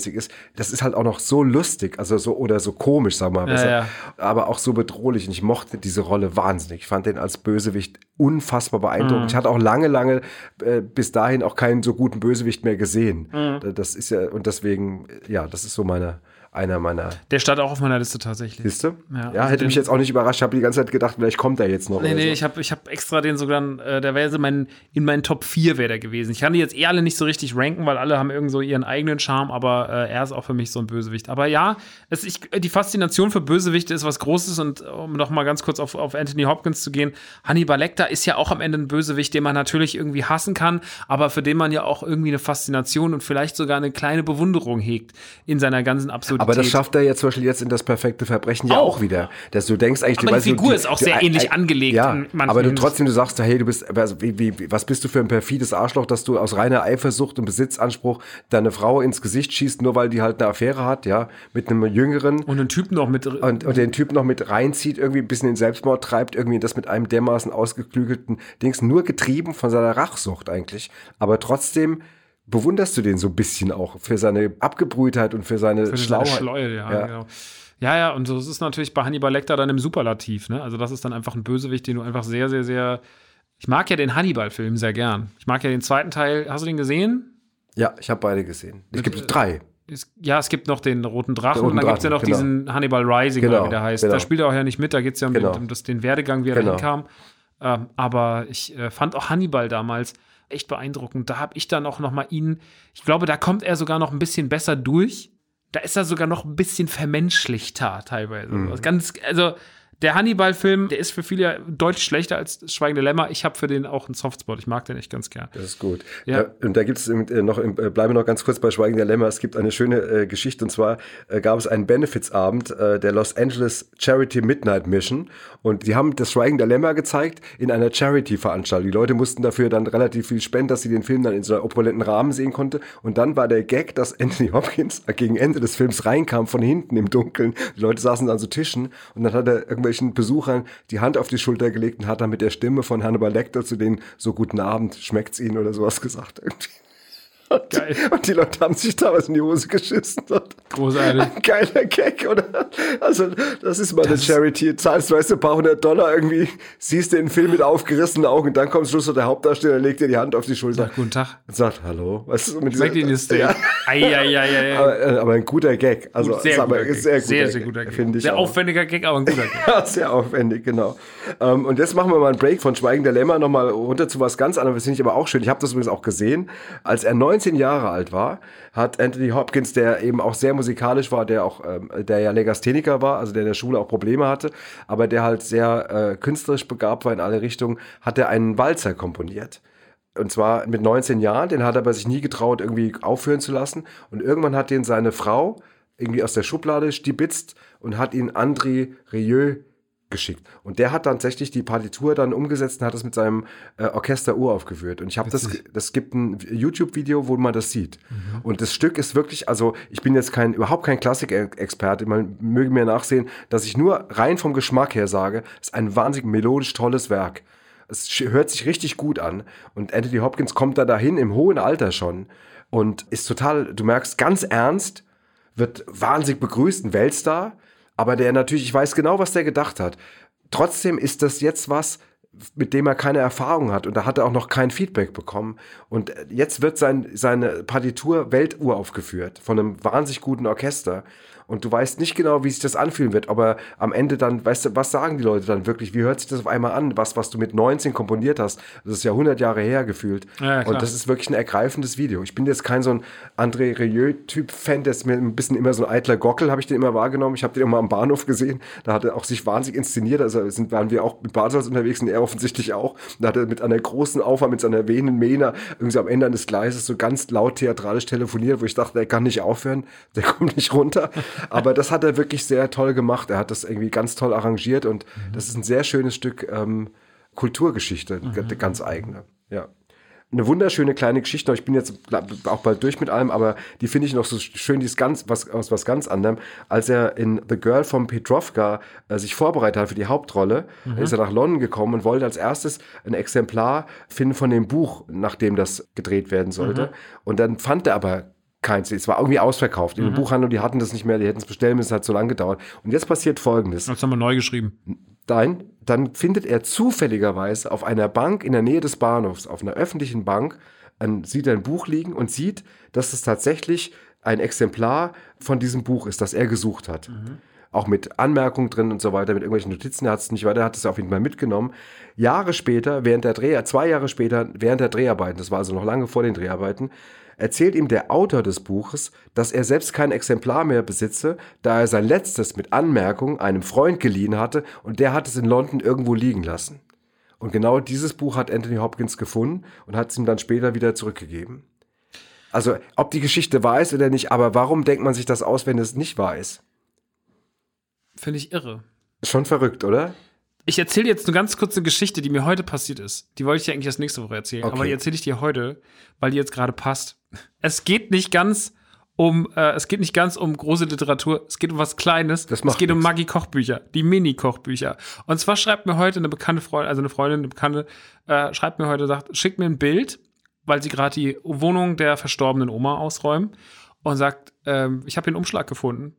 D: actionmäßig ist, das ist halt auch noch so lustig, also so oder so komisch, sagen wir mal besser,
A: Ja, ja.
D: aber auch so bedrohlich. Und ich mochte diese Rolle wahnsinnig. Ich fand den als Bösewicht unfassbar beeindruckend.
A: Mhm.
D: Ich hatte auch lange, lange äh, bis dahin auch keinen so guten Bösewicht mehr gesehen.
A: Mhm.
D: Das ist ja, und deswegen, ja, das ist so meine, einer meiner.
A: Der stand auch auf meiner Liste tatsächlich.
D: Siehst du?
A: Ja,
D: Ja,
A: also
D: hätte
A: den-
D: mich jetzt auch nicht überrascht. Ich habe die ganze Zeit gedacht, vielleicht kommt er jetzt noch.
A: Nee,
D: oder
A: nee,
D: so.
A: ich habe ich hab extra den sogar, äh, der wäre so mein, in meinen Top vier wäre der gewesen. Ich kann die jetzt eh alle nicht so richtig ranken, weil alle haben irgend so ihren eigenen Charme, aber äh, er ist auch für mich so ein Bösewicht. Aber ja, es, ich, die Faszination für Bösewichte ist was Großes und um noch mal ganz kurz auf, auf Anthony Hopkins zu gehen, Hannibal Lecter ist ja auch am Ende ein Bösewicht, den man natürlich irgendwie hassen kann, aber für den man ja auch irgendwie eine Faszination und vielleicht sogar eine kleine Bewunderung hegt in seiner ganzen Absurdität.
D: Aber das schafft er jetzt zum Beispiel jetzt in das perfekte Verbrechen ja
A: Auch.
D: auch wieder. Dass du denkst eigentlich,
A: Aber
D: du
A: die
D: weißt, du,
A: Figur ist auch sehr
D: du,
A: ähnlich angelegt
D: Ja,
A: in manchen
D: aber du
A: Hinsichten.
D: trotzdem, du sagst, hey, du bist, also, wie, wie, was bist du für ein perfides Arschloch, dass du aus reiner Eifersucht und Besitzanspruch deine Frau ins Gesicht schießt, nur weil die halt eine Affäre hat, ja, mit einem Jüngeren.
A: und einen Typen noch mit.
D: Und, und den Typ noch mit reinzieht, irgendwie ein bisschen in Selbstmord treibt, irgendwie das mit einem dermaßen ausgeklügelten Dings, nur getrieben von seiner Rachsucht eigentlich. Aber trotzdem bewunderst du den so ein bisschen auch für seine Abgebrühtheit und für seine
A: Für
D: Schlauheit.
A: seine Schleue, ja,
D: Ja.
A: genau. Ja, ja, und so ist es natürlich bei Hannibal Lecter dann im Superlativ, ne? Also das ist dann einfach ein Bösewicht, den du einfach sehr, sehr, sehr. Ich mag ja den Hannibal-Film sehr gern. Ich mag ja den zweiten Teil. Hast du den gesehen?
D: Ja, ich habe beide gesehen. Es gibt drei.
A: Es, ja, es gibt noch den Roten Drachen
D: Den Roten
A: und dann gibt es ja noch
D: Drachen, genau.
A: diesen Hannibal Rising,
D: Genau,
A: oder wie der heißt.
D: genau.
A: Da spielt er auch ja nicht mit, da geht es ja um,
D: Genau.
A: den, um das, den Werdegang, wie er
D: Genau.
A: da hinkam. Ähm, aber ich äh, fand auch Hannibal damals echt beeindruckend. Da habe ich dann auch noch mal ihn, ich glaube, da kommt er sogar noch ein bisschen besser durch. Da ist er sogar noch ein bisschen vermenschlichter teilweise.
D: Mhm.
A: Ganz, also der Hannibal-Film, der ist für viele ja deutlich schlechter als das Schweigende Lämmer. Ich habe für den auch einen Softspot. Ich mag den echt ganz gern.
D: Das ist gut.
A: Ja.
D: Ja. Und da gibt es äh, noch, äh, bleiben wir noch ganz kurz bei Schweigen der Lämmer. Es gibt eine schöne äh, Geschichte, und zwar äh, gab es einen Benefizabend äh, der Los Angeles Charity Midnight Mission, und die haben das Schweigen der Lämmer gezeigt in einer Charity-Veranstaltung. Die Leute mussten dafür dann relativ viel spenden, dass sie den Film dann in so einem opulenten Rahmen sehen konnte. Und dann war der Gag, dass Anthony Hopkins gegen Ende des Films reinkam von hinten im Dunkeln. Die Leute saßen an so Tischen, und dann hat er irgendwelchen Besuchern die Hand auf die Schulter gelegt und hat dann mit der Stimme von Hannibal Lecter zu denen so guten Abend, schmeckt's Ihnen oder sowas gesagt irgendwie. Und,
A: Geil.
D: und die Leute haben sich damals in die Hose geschissen. Und
A: Großartig.
D: ein geiler Gag, oder? Also, das ist mal eine
A: Das-
D: Charity. Zahlst, weißt du, ein paar hundert Dollar irgendwie, siehst den Film mit aufgerissenen Augen, und dann kommt Schluss, und der Hauptdarsteller legt dir die Hand auf die Schulter
A: Sag guten Tag.
D: und sagt, hallo. Weißt du, mit
A: Schmeckt Ihnen das Steak?
D: Ja,
A: Eieieiei.
D: aber, äh, aber ein guter Gag. Also,
A: Gut, sehr
D: ist aber
A: guter Gag.
D: sehr, guter
A: sehr, sehr
D: Gag,
A: guter Gag.
D: finde ich
A: Sehr
D: auch.
A: aufwendiger Gag, aber ein guter Gag.
D: Ja, sehr aufwendig, genau. Ähm, und jetzt machen wir mal einen Break von Schweigen der Lämmer nochmal runter zu was ganz anderem. Das finde ich aber auch schön. Ich habe das übrigens auch gesehen. Als er neunzehn Jahre alt war, hat Anthony Hopkins, der eben auch sehr musikalisch war, der auch, ähm, der ja Legastheniker war, also der in der Schule auch Probleme hatte, aber der halt sehr äh, künstlerisch begabt war in alle Richtungen, hat er einen Walzer komponiert. Und zwar mit neunzehn Jahren, den hat er aber sich nie getraut, irgendwie aufführen zu lassen. Und irgendwann hat den seine Frau irgendwie aus der Schublade stibitzt und hat ihn André Rieu geschickt. Und der hat dann tatsächlich die Partitur dann umgesetzt und hat das mit seinem äh, Orchester uraufgeführt. Und ich habe das, das gibt ein YouTube-Video, wo man das sieht. Mhm. Und das Stück ist wirklich, also ich bin jetzt kein, überhaupt kein Klassik-Experte, man möge mir nachsehen, dass ich nur rein vom Geschmack her sage, es ist ein wahnsinnig melodisch tolles Werk. Es hört sich richtig gut an. Und Anthony Hopkins kommt da dahin im hohen Alter schon und ist total, du merkst, ganz ernst, wird wahnsinnig begrüßt, ein Weltstar, aber der natürlich, ich weiß genau, was der gedacht hat. Trotzdem ist das jetzt was, mit dem er keine Erfahrung hat, und da hat er auch noch kein Feedback bekommen. Und jetzt wird sein, seine Partitur welturaufgeführt von einem wahnsinnig guten Orchester. Und du weißt nicht genau, wie sich das anfühlen wird, aber am Ende dann, weißt du, was sagen die Leute dann wirklich? Wie hört sich das auf einmal an? Was, was du mit neunzehn komponiert hast, das ist ja hundert Jahre her gefühlt.
A: Ja, klar.
D: Und das ist wirklich ein ergreifendes Video. Ich bin jetzt kein so ein André Rieu-Typ-Fan, der ist mir ein bisschen immer so ein eitler Gockel, habe ich den immer wahrgenommen. Ich habe den immer am Bahnhof gesehen. Da hat er auch sich wahnsinnig inszeniert. Also sind, waren wir auch mit Badesalz unterwegs, und er offensichtlich auch. Da hat er mit einer großen Aufwand, mit seiner wehenden Mähne, irgendwie am Ende eines Gleises so ganz laut theatralisch telefoniert, wo ich dachte, er kann nicht aufhören, der kommt nicht runter. Aber das hat er wirklich sehr toll gemacht. Er hat das irgendwie ganz toll arrangiert, und mhm. das ist ein sehr schönes Stück ähm, Kulturgeschichte, mhm. ganz eigene. Ja. Eine wunderschöne kleine Geschichte. Ich bin jetzt auch bald durch mit allem, aber die finde ich noch so schön, die ist ganz, was, aus was ganz anderem. Als er in The Girl from Petrovka äh, sich vorbereitet hat für die Hauptrolle, mhm. ist er nach London gekommen und wollte als erstes ein Exemplar finden von dem Buch, nach dem das gedreht werden sollte. Mhm. Und dann fand er aber keins. Es war irgendwie ausverkauft. In
A: Mhm.
D: den Buchhandlungen, die hatten das nicht mehr, die hätten es bestellen müssen, es hat so lange gedauert. Und jetzt passiert Folgendes.
A: Das haben wir neu geschrieben.
D: Nein, dann findet er zufälligerweise auf einer Bank in der Nähe des Bahnhofs, auf einer öffentlichen Bank, ein, sieht er ein Buch liegen und sieht, dass es tatsächlich ein Exemplar von diesem Buch ist, das er gesucht hat.
A: Mhm.
D: Auch mit Anmerkungen drin und so weiter, mit irgendwelchen Notizen, er hat es nicht weiter, er hat es auf jeden Fall mitgenommen. Jahre später, während der Dreh, zwei Jahre später, während der Dreharbeiten, das war also noch lange vor den Dreharbeiten, erzählt ihm der Autor des Buches, dass er selbst kein Exemplar mehr besitze, da er sein letztes mit Anmerkung einem Freund geliehen hatte und der hat es in London irgendwo liegen lassen. Und genau dieses Buch hat Anthony Hopkins gefunden und hat es ihm dann später wieder zurückgegeben. Also, ob die Geschichte wahr ist oder nicht, aber warum denkt man sich das aus, wenn es nicht wahr ist?
A: Finde ich irre.
D: Schon verrückt, oder?
A: Ich erzähle jetzt eine ganz kurze Geschichte, die mir heute passiert ist. Die wollte ich dir eigentlich erst nächste Woche erzählen.
D: Okay.
A: Aber die erzähle ich dir heute, weil die jetzt gerade passt. Es geht nicht ganz um, äh, es geht nicht ganz um große Literatur. Es geht um was Kleines.
D: Das macht
A: es geht um
D: nichts.
A: Maggi-Kochbücher, die Mini-Kochbücher. Und zwar schreibt mir heute eine bekannte Freundin, also eine Freundin, eine Bekannte, äh, schreibt mir heute, sagt, schickt mir ein Bild, weil sie gerade die Wohnung der verstorbenen Oma ausräumen und sagt, ähm, ich habe hier einen Umschlag gefunden.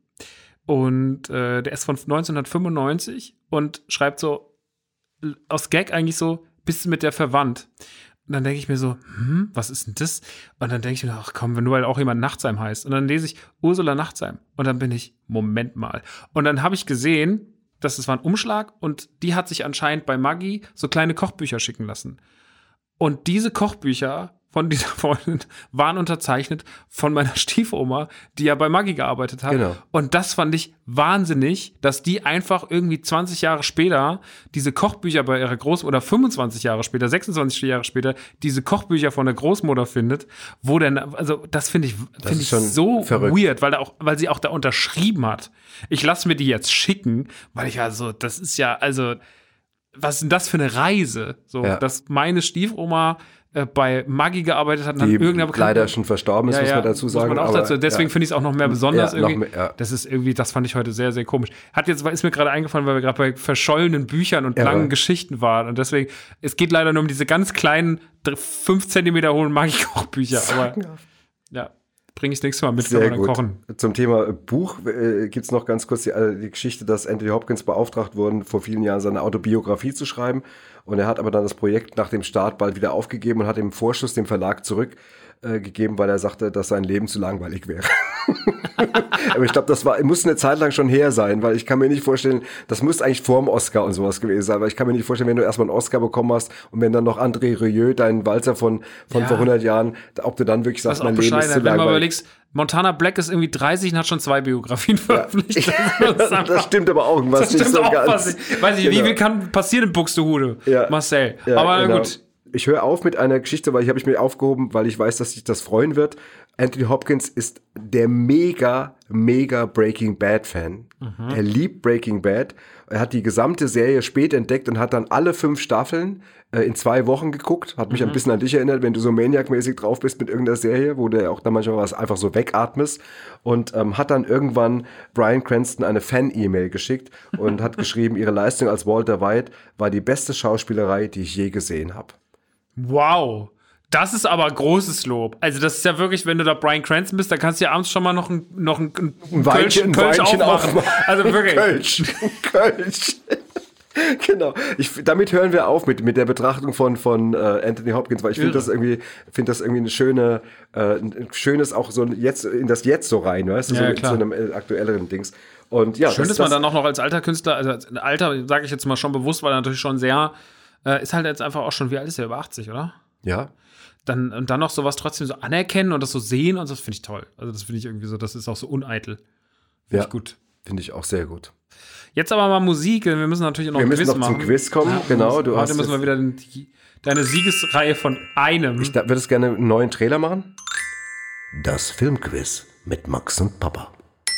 A: Und äh, der ist von neunzehnhundertfünfundneunzig und schreibt so, aus Gag eigentlich so, bist du mit der verwandt? Und dann denke ich mir so, hm, was ist denn das? Und dann denke ich mir, ach komm, wenn nur weil auch jemand Nachtsheim heißt. Und dann lese ich Ursula Nachtsheim. Und dann bin ich, Moment mal. Und dann habe ich gesehen, dass es war ein Umschlag und die hat sich anscheinend bei Maggi so kleine Kochbücher schicken lassen. Und diese Kochbücher von dieser Freundin waren unterzeichnet von meiner Stiefoma, die ja bei Maggi gearbeitet hat.
D: Genau.
A: Und das fand ich wahnsinnig, dass die einfach irgendwie zwanzig Jahre später diese Kochbücher bei ihrer Großmutter, oder fünfundzwanzig Jahre später, sechsundzwanzig Jahre später, diese Kochbücher von der Großmutter findet, wo denn, also das finde ich,
D: Das
A: finde
D: ist
A: ich
D: schon
A: so
D: verrückt.
A: weird, weil, da auch, weil sie auch da unterschrieben hat. Ich lasse mir die jetzt schicken, weil ich also, das ist ja, also, was ist denn das für eine Reise? So,
D: Ja.
A: dass meine Stiefoma äh, bei Maggi gearbeitet hat und dann
D: Die
A: irgendeiner Bekannte-
D: leider schon verstorben ist,
A: Ja,
D: muss
A: ja,
D: man dazu sagen.
A: Muss man auch
D: aber,
A: dazu. Deswegen
D: ja.
A: finde ich es auch noch mehr besonders
D: Ja, noch
A: irgendwie.
D: mehr, ja.
A: Das ist irgendwie, das fand ich heute sehr, sehr komisch. Hat jetzt, ist mir gerade eingefallen, weil wir gerade bei verschollenen Büchern und
D: Ja,
A: langen
D: aber-
A: Geschichten waren. Und deswegen, es geht leider nur um diese ganz kleinen, fünf Zentimeter hohen Maggi-Kochbücher. Aber ja, bringe ich das nächste Mal mit, wenn wir
D: Sehr
A: dann
D: gut.
A: kochen.
D: Zum Thema Buch äh, gibt es noch ganz kurz die, äh, die Geschichte, dass Anthony Hopkins beauftragt wurde, vor vielen Jahren seine Autobiografie zu schreiben. Und er hat aber dann das Projekt nach dem Start bald wieder aufgegeben und hat im Vorschuss dem Verlag zurückgegeben, weil er sagte, dass sein Leben zu langweilig wäre. Aber ich glaube, das war, muss eine Zeit lang schon her sein, weil ich kann mir nicht vorstellen, das müsste eigentlich vor dem Oscar und sowas gewesen sein, weil ich kann mir nicht vorstellen, wenn du erstmal einen Oscar bekommen hast und wenn dann noch André Rieu, dein Walzer von, von
A: Ja.
D: vor hundert Jahren, ob du dann wirklich
A: Das
D: sagst,
A: ist auch
D: mein Leben ist
A: bescheiden.
D: zu
A: Wenn man
D: langweilig.
A: überlegst, Montana Black ist irgendwie dreißig und hat schon zwei Biografien veröffentlicht. Das, ist einfach-
D: Das stimmt aber auch irgendwas
A: das stimmt
D: nicht so
A: auch
D: ganz.
A: was. Ich weiß nicht, wie
D: Genau.
A: viel kann passieren in Buxtehude,
D: Ja.
A: Marcel?
D: Ja,
A: Aber na
D: genau.
A: gut.
D: Ich höre auf mit einer Geschichte, weil ich habe ich mir aufgehoben, weil ich weiß, dass sich das freuen wird. Anthony Hopkins ist der mega, mega Breaking Bad Fan.
A: Mhm.
D: Er liebt Breaking Bad. Er hat die gesamte Serie spät entdeckt und hat dann alle fünf Staffeln äh, in zwei Wochen geguckt. Hat mich
A: Mhm.
D: ein bisschen an dich erinnert, wenn du so Maniac-mäßig drauf bist mit irgendeiner Serie, wo du auch dann manchmal was einfach so wegatmest. Und ähm, hat dann irgendwann Bryan Cranston eine Fan-E-Mail geschickt und hat geschrieben, ihre Leistung als Walter White war die beste Schauspielerei, die ich je gesehen habe.
A: Wow. Das ist aber großes Lob. Also das ist ja wirklich, wenn du da Bryan Cranston bist, dann kannst du ja abends schon mal noch ein, noch ein, ein,
D: Ein Weinchen,
A: Kölsch, Kölsch
D: Weinchen
A: aufmachen.
D: aufmachen.
A: Also wirklich.
D: Kölsch. Kölsch. Genau. Ich, damit hören wir auf mit, mit der Betrachtung von, von äh, Anthony Hopkins, weil ich finde
A: Irre.
D: das irgendwie, finde das irgendwie eine schöne, äh, ein schönes auch so ein jetzt in das Jetzt so rein, weißt du,
A: Ja,
D: so
A: ja,
D: mit
A: klar.
D: so einem äh, aktuelleren Dings. Und ja,
A: Schön,
D: das,
A: dass man
D: das,
A: dann auch noch als alter Künstler, also als alter, sage ich jetzt mal schon bewusst, weil er natürlich schon sehr, äh, ist halt jetzt einfach auch schon, wie alt ist er, über achtzig, oder?
D: ja.
A: Dann, und dann noch sowas trotzdem so anerkennen und das so sehen und das finde ich toll. Also das finde ich irgendwie so, das ist auch so uneitel. Finde
D: Ja.
A: ich gut.
D: Finde ich auch sehr gut.
A: Jetzt aber mal Musik, denn wir müssen natürlich noch
D: Wir
A: ein
D: müssen
A: Quiz
D: noch
A: machen.
D: zum Quiz kommen, genau. Du
A: Heute
D: hast
A: müssen wir
D: jetzt-
A: wieder den, die, deine Siegesreihe von einem.
D: Ich würde es gerne einen neuen Trailer machen.
B: Das Filmquiz mit Max und Papa.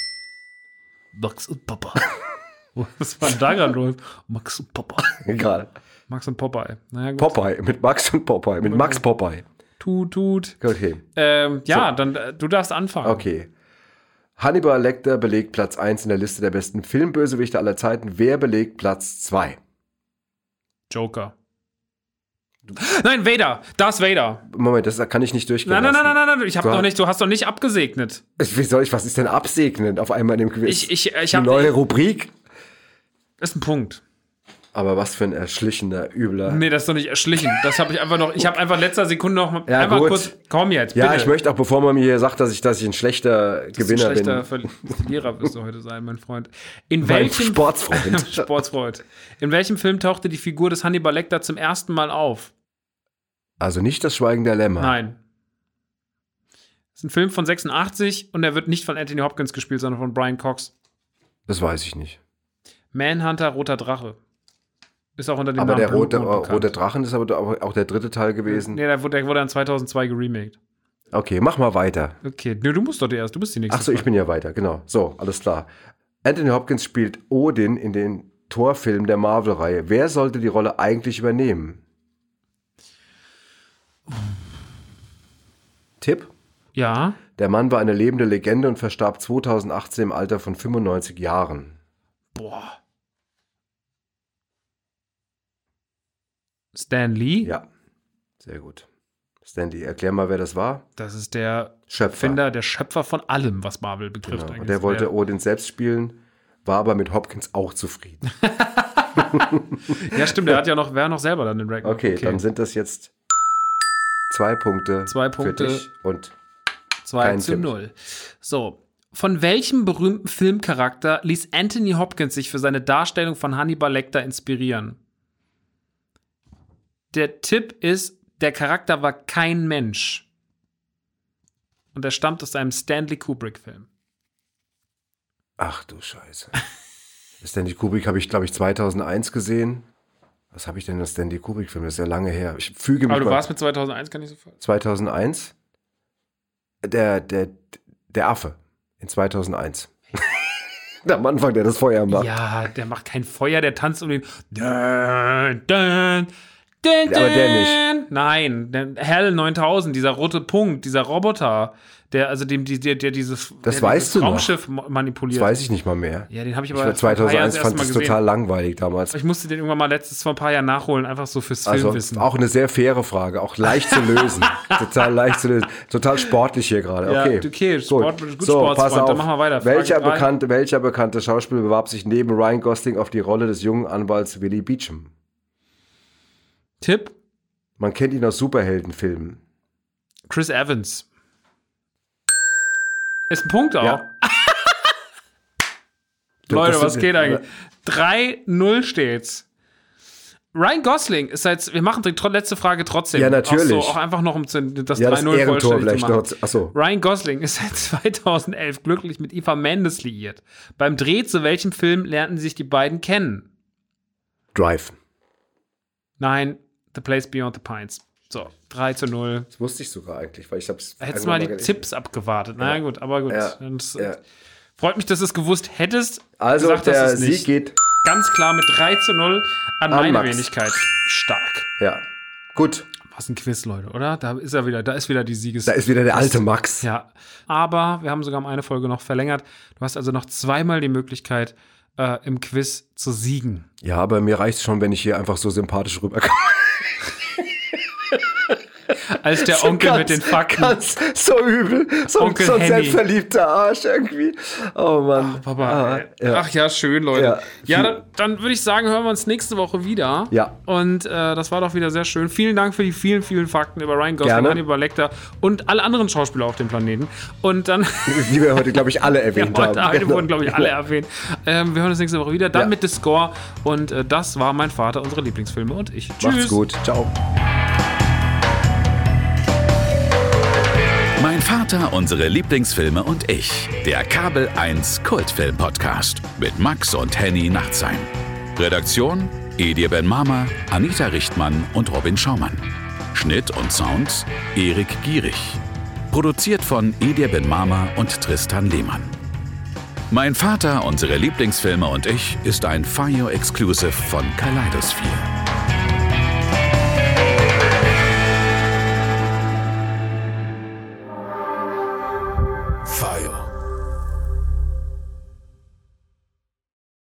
A: Max und Papa. Was war denn da gerade los? Max und Papa.
D: Egal.
A: Max und Popeye. Naja, gut.
D: Popeye, mit Max und Popeye, mit Max Popeye.
A: Tut, tut.
D: Okay.
A: Ähm, ja, dann äh, du darfst anfangen.
D: Okay. Hannibal Lecter belegt Platz eins in der Liste der besten Filmbösewichte aller Zeiten. Wer belegt Platz zwei?
A: Joker. Nein, Vader. Darth Vader.
D: Moment, das kann ich nicht durchgehen
A: Nein, nein,
D: lassen.
A: nein, nein, nein, nein. Ich hab
D: Du
A: doch
D: hast-
A: nicht, du hast doch nicht abgesegnet.
D: Wie soll ich, was ist denn absegnen auf einmal in dem Quiz?
A: Ich, ich, ich
D: Eine
A: hab,
D: neue Rubrik?
A: das ist ein Punkt.
D: Aber was für ein erschlichener, übler.
A: Nee, das ist doch nicht erschlichen. Das habe ich einfach noch, ich habe einfach letzter Sekunde noch mal,
D: Ja,
A: einfach
D: gut.
A: kurz, komm jetzt,
D: Ja,
A: bitte.
D: ich möchte auch, bevor man mir hier sagt, dass ich, dass ich ein schlechter
A: Dass du
D: Gewinner
A: ein schlechter
D: bin.
A: Verlierer wirst du heute sein, mein Freund. In
D: Mein
A: welchem
D: Sportsfreund.
A: Sportsfreund. In welchem Film tauchte die Figur des Hannibal Lecter zum ersten Mal auf?
D: Also nicht das Schweigen der Lämmer.
A: Nein. Das ist ein Film von sechsundachtzig und er wird nicht von Anthony Hopkins gespielt, sondern von Brian Cox.
D: Das weiß ich nicht.
A: Manhunter, Roter Drache. Ist auch unter dem
D: Aber
A: Namen
D: der rote,
A: Blutmond bekannt.
D: rote Drachen ist aber auch auch der dritte Teil gewesen.
A: Nee, der wurde, der wurde dann zweitausendzwei geremaked.
D: Okay, mach mal weiter.
A: Okay, nee, du musst doch erst, du bist die nächste.
D: Achso, ich bin ja weiter, genau. So, alles klar. Anthony Hopkins spielt Odin in den Torfilmen der Marvel-Reihe. Wer sollte die Rolle eigentlich übernehmen? Tipp?
A: Ja,
D: Der Mann war eine lebende Legende und verstarb zweitausendachtzehn im Alter von fünfundneunzig Jahren.
A: boah. Stan Lee?
D: Ja, sehr gut. Stanley, erklär mal, wer das war.
A: Das ist der
D: Schöpfer.
A: Finder, der Schöpfer von allem, was Marvel betrifft.
D: Genau.
A: eigentlich.
D: Und der wollte
A: Der-
D: Odin selbst spielen, war aber mit Hopkins auch zufrieden.
A: Ja, stimmt, der hat ja noch, wäre noch selber dann in Ragnarok.
D: Okay, dann sind das jetzt zwei Punkte,
A: Zwei Punkte.
D: für dich und
A: zwei
D: kein
A: zu
D: Tipp.
A: null. So. Von welchem berühmten Filmcharakter ließ Anthony Hopkins sich für seine Darstellung von Hannibal Lecter inspirieren? Der Tipp ist, der Charakter war kein Mensch. Und er stammt aus einem Stanley Kubrick-Film.
D: ach du Scheiße. Stanley Kubrick habe ich, glaube ich, zweitausendeins gesehen. Was habe ich denn in Stanley Kubrick-Film? Das ist ja lange her. Ich füge mich
A: Aber du
D: mal.
A: warst mit zweitausendeins gar nicht so falsch.
D: zweitausendeins? Der, der, der Affe in zweitausendeins. Am Anfang, der das Feuer macht.
A: Ja, der macht kein Feuer, der tanzt um den. Dun, dun, dun,
D: Aber der
A: dun. Nein, der Hell neuntausend, dieser rote Punkt, dieser Roboter, der also dem die- der, der dieses,
D: Das
A: der
D: weißt
A: dieses
D: du noch.
A: Raumschiff ma- manipuliert.
D: Das weiß ich nicht mal mehr.
A: Ja, den habe ich
D: Ich
A: aber
D: war
A: vor ein paar Jahren
D: zweitausendeins
A: das
D: fand
A: erste
D: das
A: Mal gesehen.
D: total langweilig damals.
A: Ich musste den irgendwann mal letztes vor ein paar Jahren nachholen, einfach so fürs
D: Also
A: Filmwissen.
D: auch eine sehr faire Frage, auch leicht zu lösen. Total leicht zu lösen. Total sportlich hier gerade.
A: Ja,
D: Okay,
A: okay, Sport- gut,
D: so,
A: Sportsfreund,
D: pass auf.
A: dann machen wir weiter. Frage
D: Welcher
A: drei.
D: bekannte, welcher bekannte Schauspieler bewarb sich neben Ryan Gosling auf die Rolle des jungen Anwalts Willie Beecham?
A: Tipp:
D: Man kennt ihn aus Superheldenfilmen.
A: Chris Evans. Ist ein Punkt auch.
D: Ja.
A: Leute,
D: Das-
A: was geht eigentlich? drei null steht's. Ryan Gosling ist jetzt, wir machen die tro- letzte Frage trotzdem.
D: Ja, natürlich.
A: Auch, so, auch einfach noch, um zu, das
D: Ja, das
A: drei null
D: Ehrentor
A: vollständig
D: vielleicht
A: zu machen.
D: noch. Achso.
A: Ryan Gosling ist seit zweitausendelf glücklich mit Eva Mendes liiert. Beim Dreh zu welchem Film lernten sich die beiden kennen?
D: Drive.
A: Nein, The Place Beyond the Pines. So, drei zu null.
D: Das wusste ich sogar eigentlich, weil ich hab's.
A: Hättest du mal die Tipps abgewartet. Na ja, gut, aber gut.
D: Ja,
A: Das,
D: ja.
A: Freut mich, dass du es gewusst hättest.
D: Also
A: gesagt,
D: der
A: dass es
D: Sieg
A: nicht.
D: geht.
A: Ganz klar mit drei zu null an,
D: An
A: meine
D: Max.
A: Wenigkeit. Stark.
D: Ja. Gut.
A: Was ein Quiz, Leute, oder? Da ist er wieder, da ist wieder die Sieges.
D: Da ist wieder der alte Max.
A: Ja. Aber wir haben sogar um eine Folge noch verlängert. Du hast also noch zweimal die Möglichkeit, äh, im Quiz zu siegen.
D: Ja, aber mir reicht schon, wenn ich hier einfach so sympathisch rüberkomme.
A: Als der Onkel mit den Fakten.
D: Ganz so übel. So,
A: Onkel
D: so ein
A: Henny.
D: selbstverliebter Arsch irgendwie. Oh Mann.
A: Papa,
D: Ah,
A: ey.
D: ja.
A: Ach ja, schön, Leute.
D: Ja.
A: Ja, dann, dann würde ich sagen, hören wir uns nächste Woche wieder.
D: Ja.
A: Und äh, das war doch wieder sehr schön. Vielen Dank für die vielen, vielen Fakten über Ryan Gosling,
D: Gerne.
A: Hannibal Lecter und alle anderen Schauspieler auf dem Planeten. Und dann,
D: Die wir heute, glaube ich, alle erwähnt
A: ja, heute,
D: haben.
A: heute
D: Genau.
A: wurden, glaube ich, alle erwähnt. Ähm, wir hören uns nächste Woche wieder. Dann
D: Ja.
A: mit The Score. Und äh, das war mein Vater, unsere Lieblingsfilme und ich. Tschüss.
D: Macht's gut. Ciao.
C: Mein Vater, unsere Lieblingsfilme und ich. Der Kabel eins Kultfilm-Podcast mit Max und Henny Nachtsheim. Redaktion: Edir Ben-Mama, Anita Richtmann und Robin Schaumann. Schnitt und Sound: Erik Gierig. Produziert von Edir Ben-Mama und Tristan Lehmann. Mein Vater, unsere Lieblingsfilme und ich ist ein Fire Exclusive von Kaleidosphere.
F: Fire.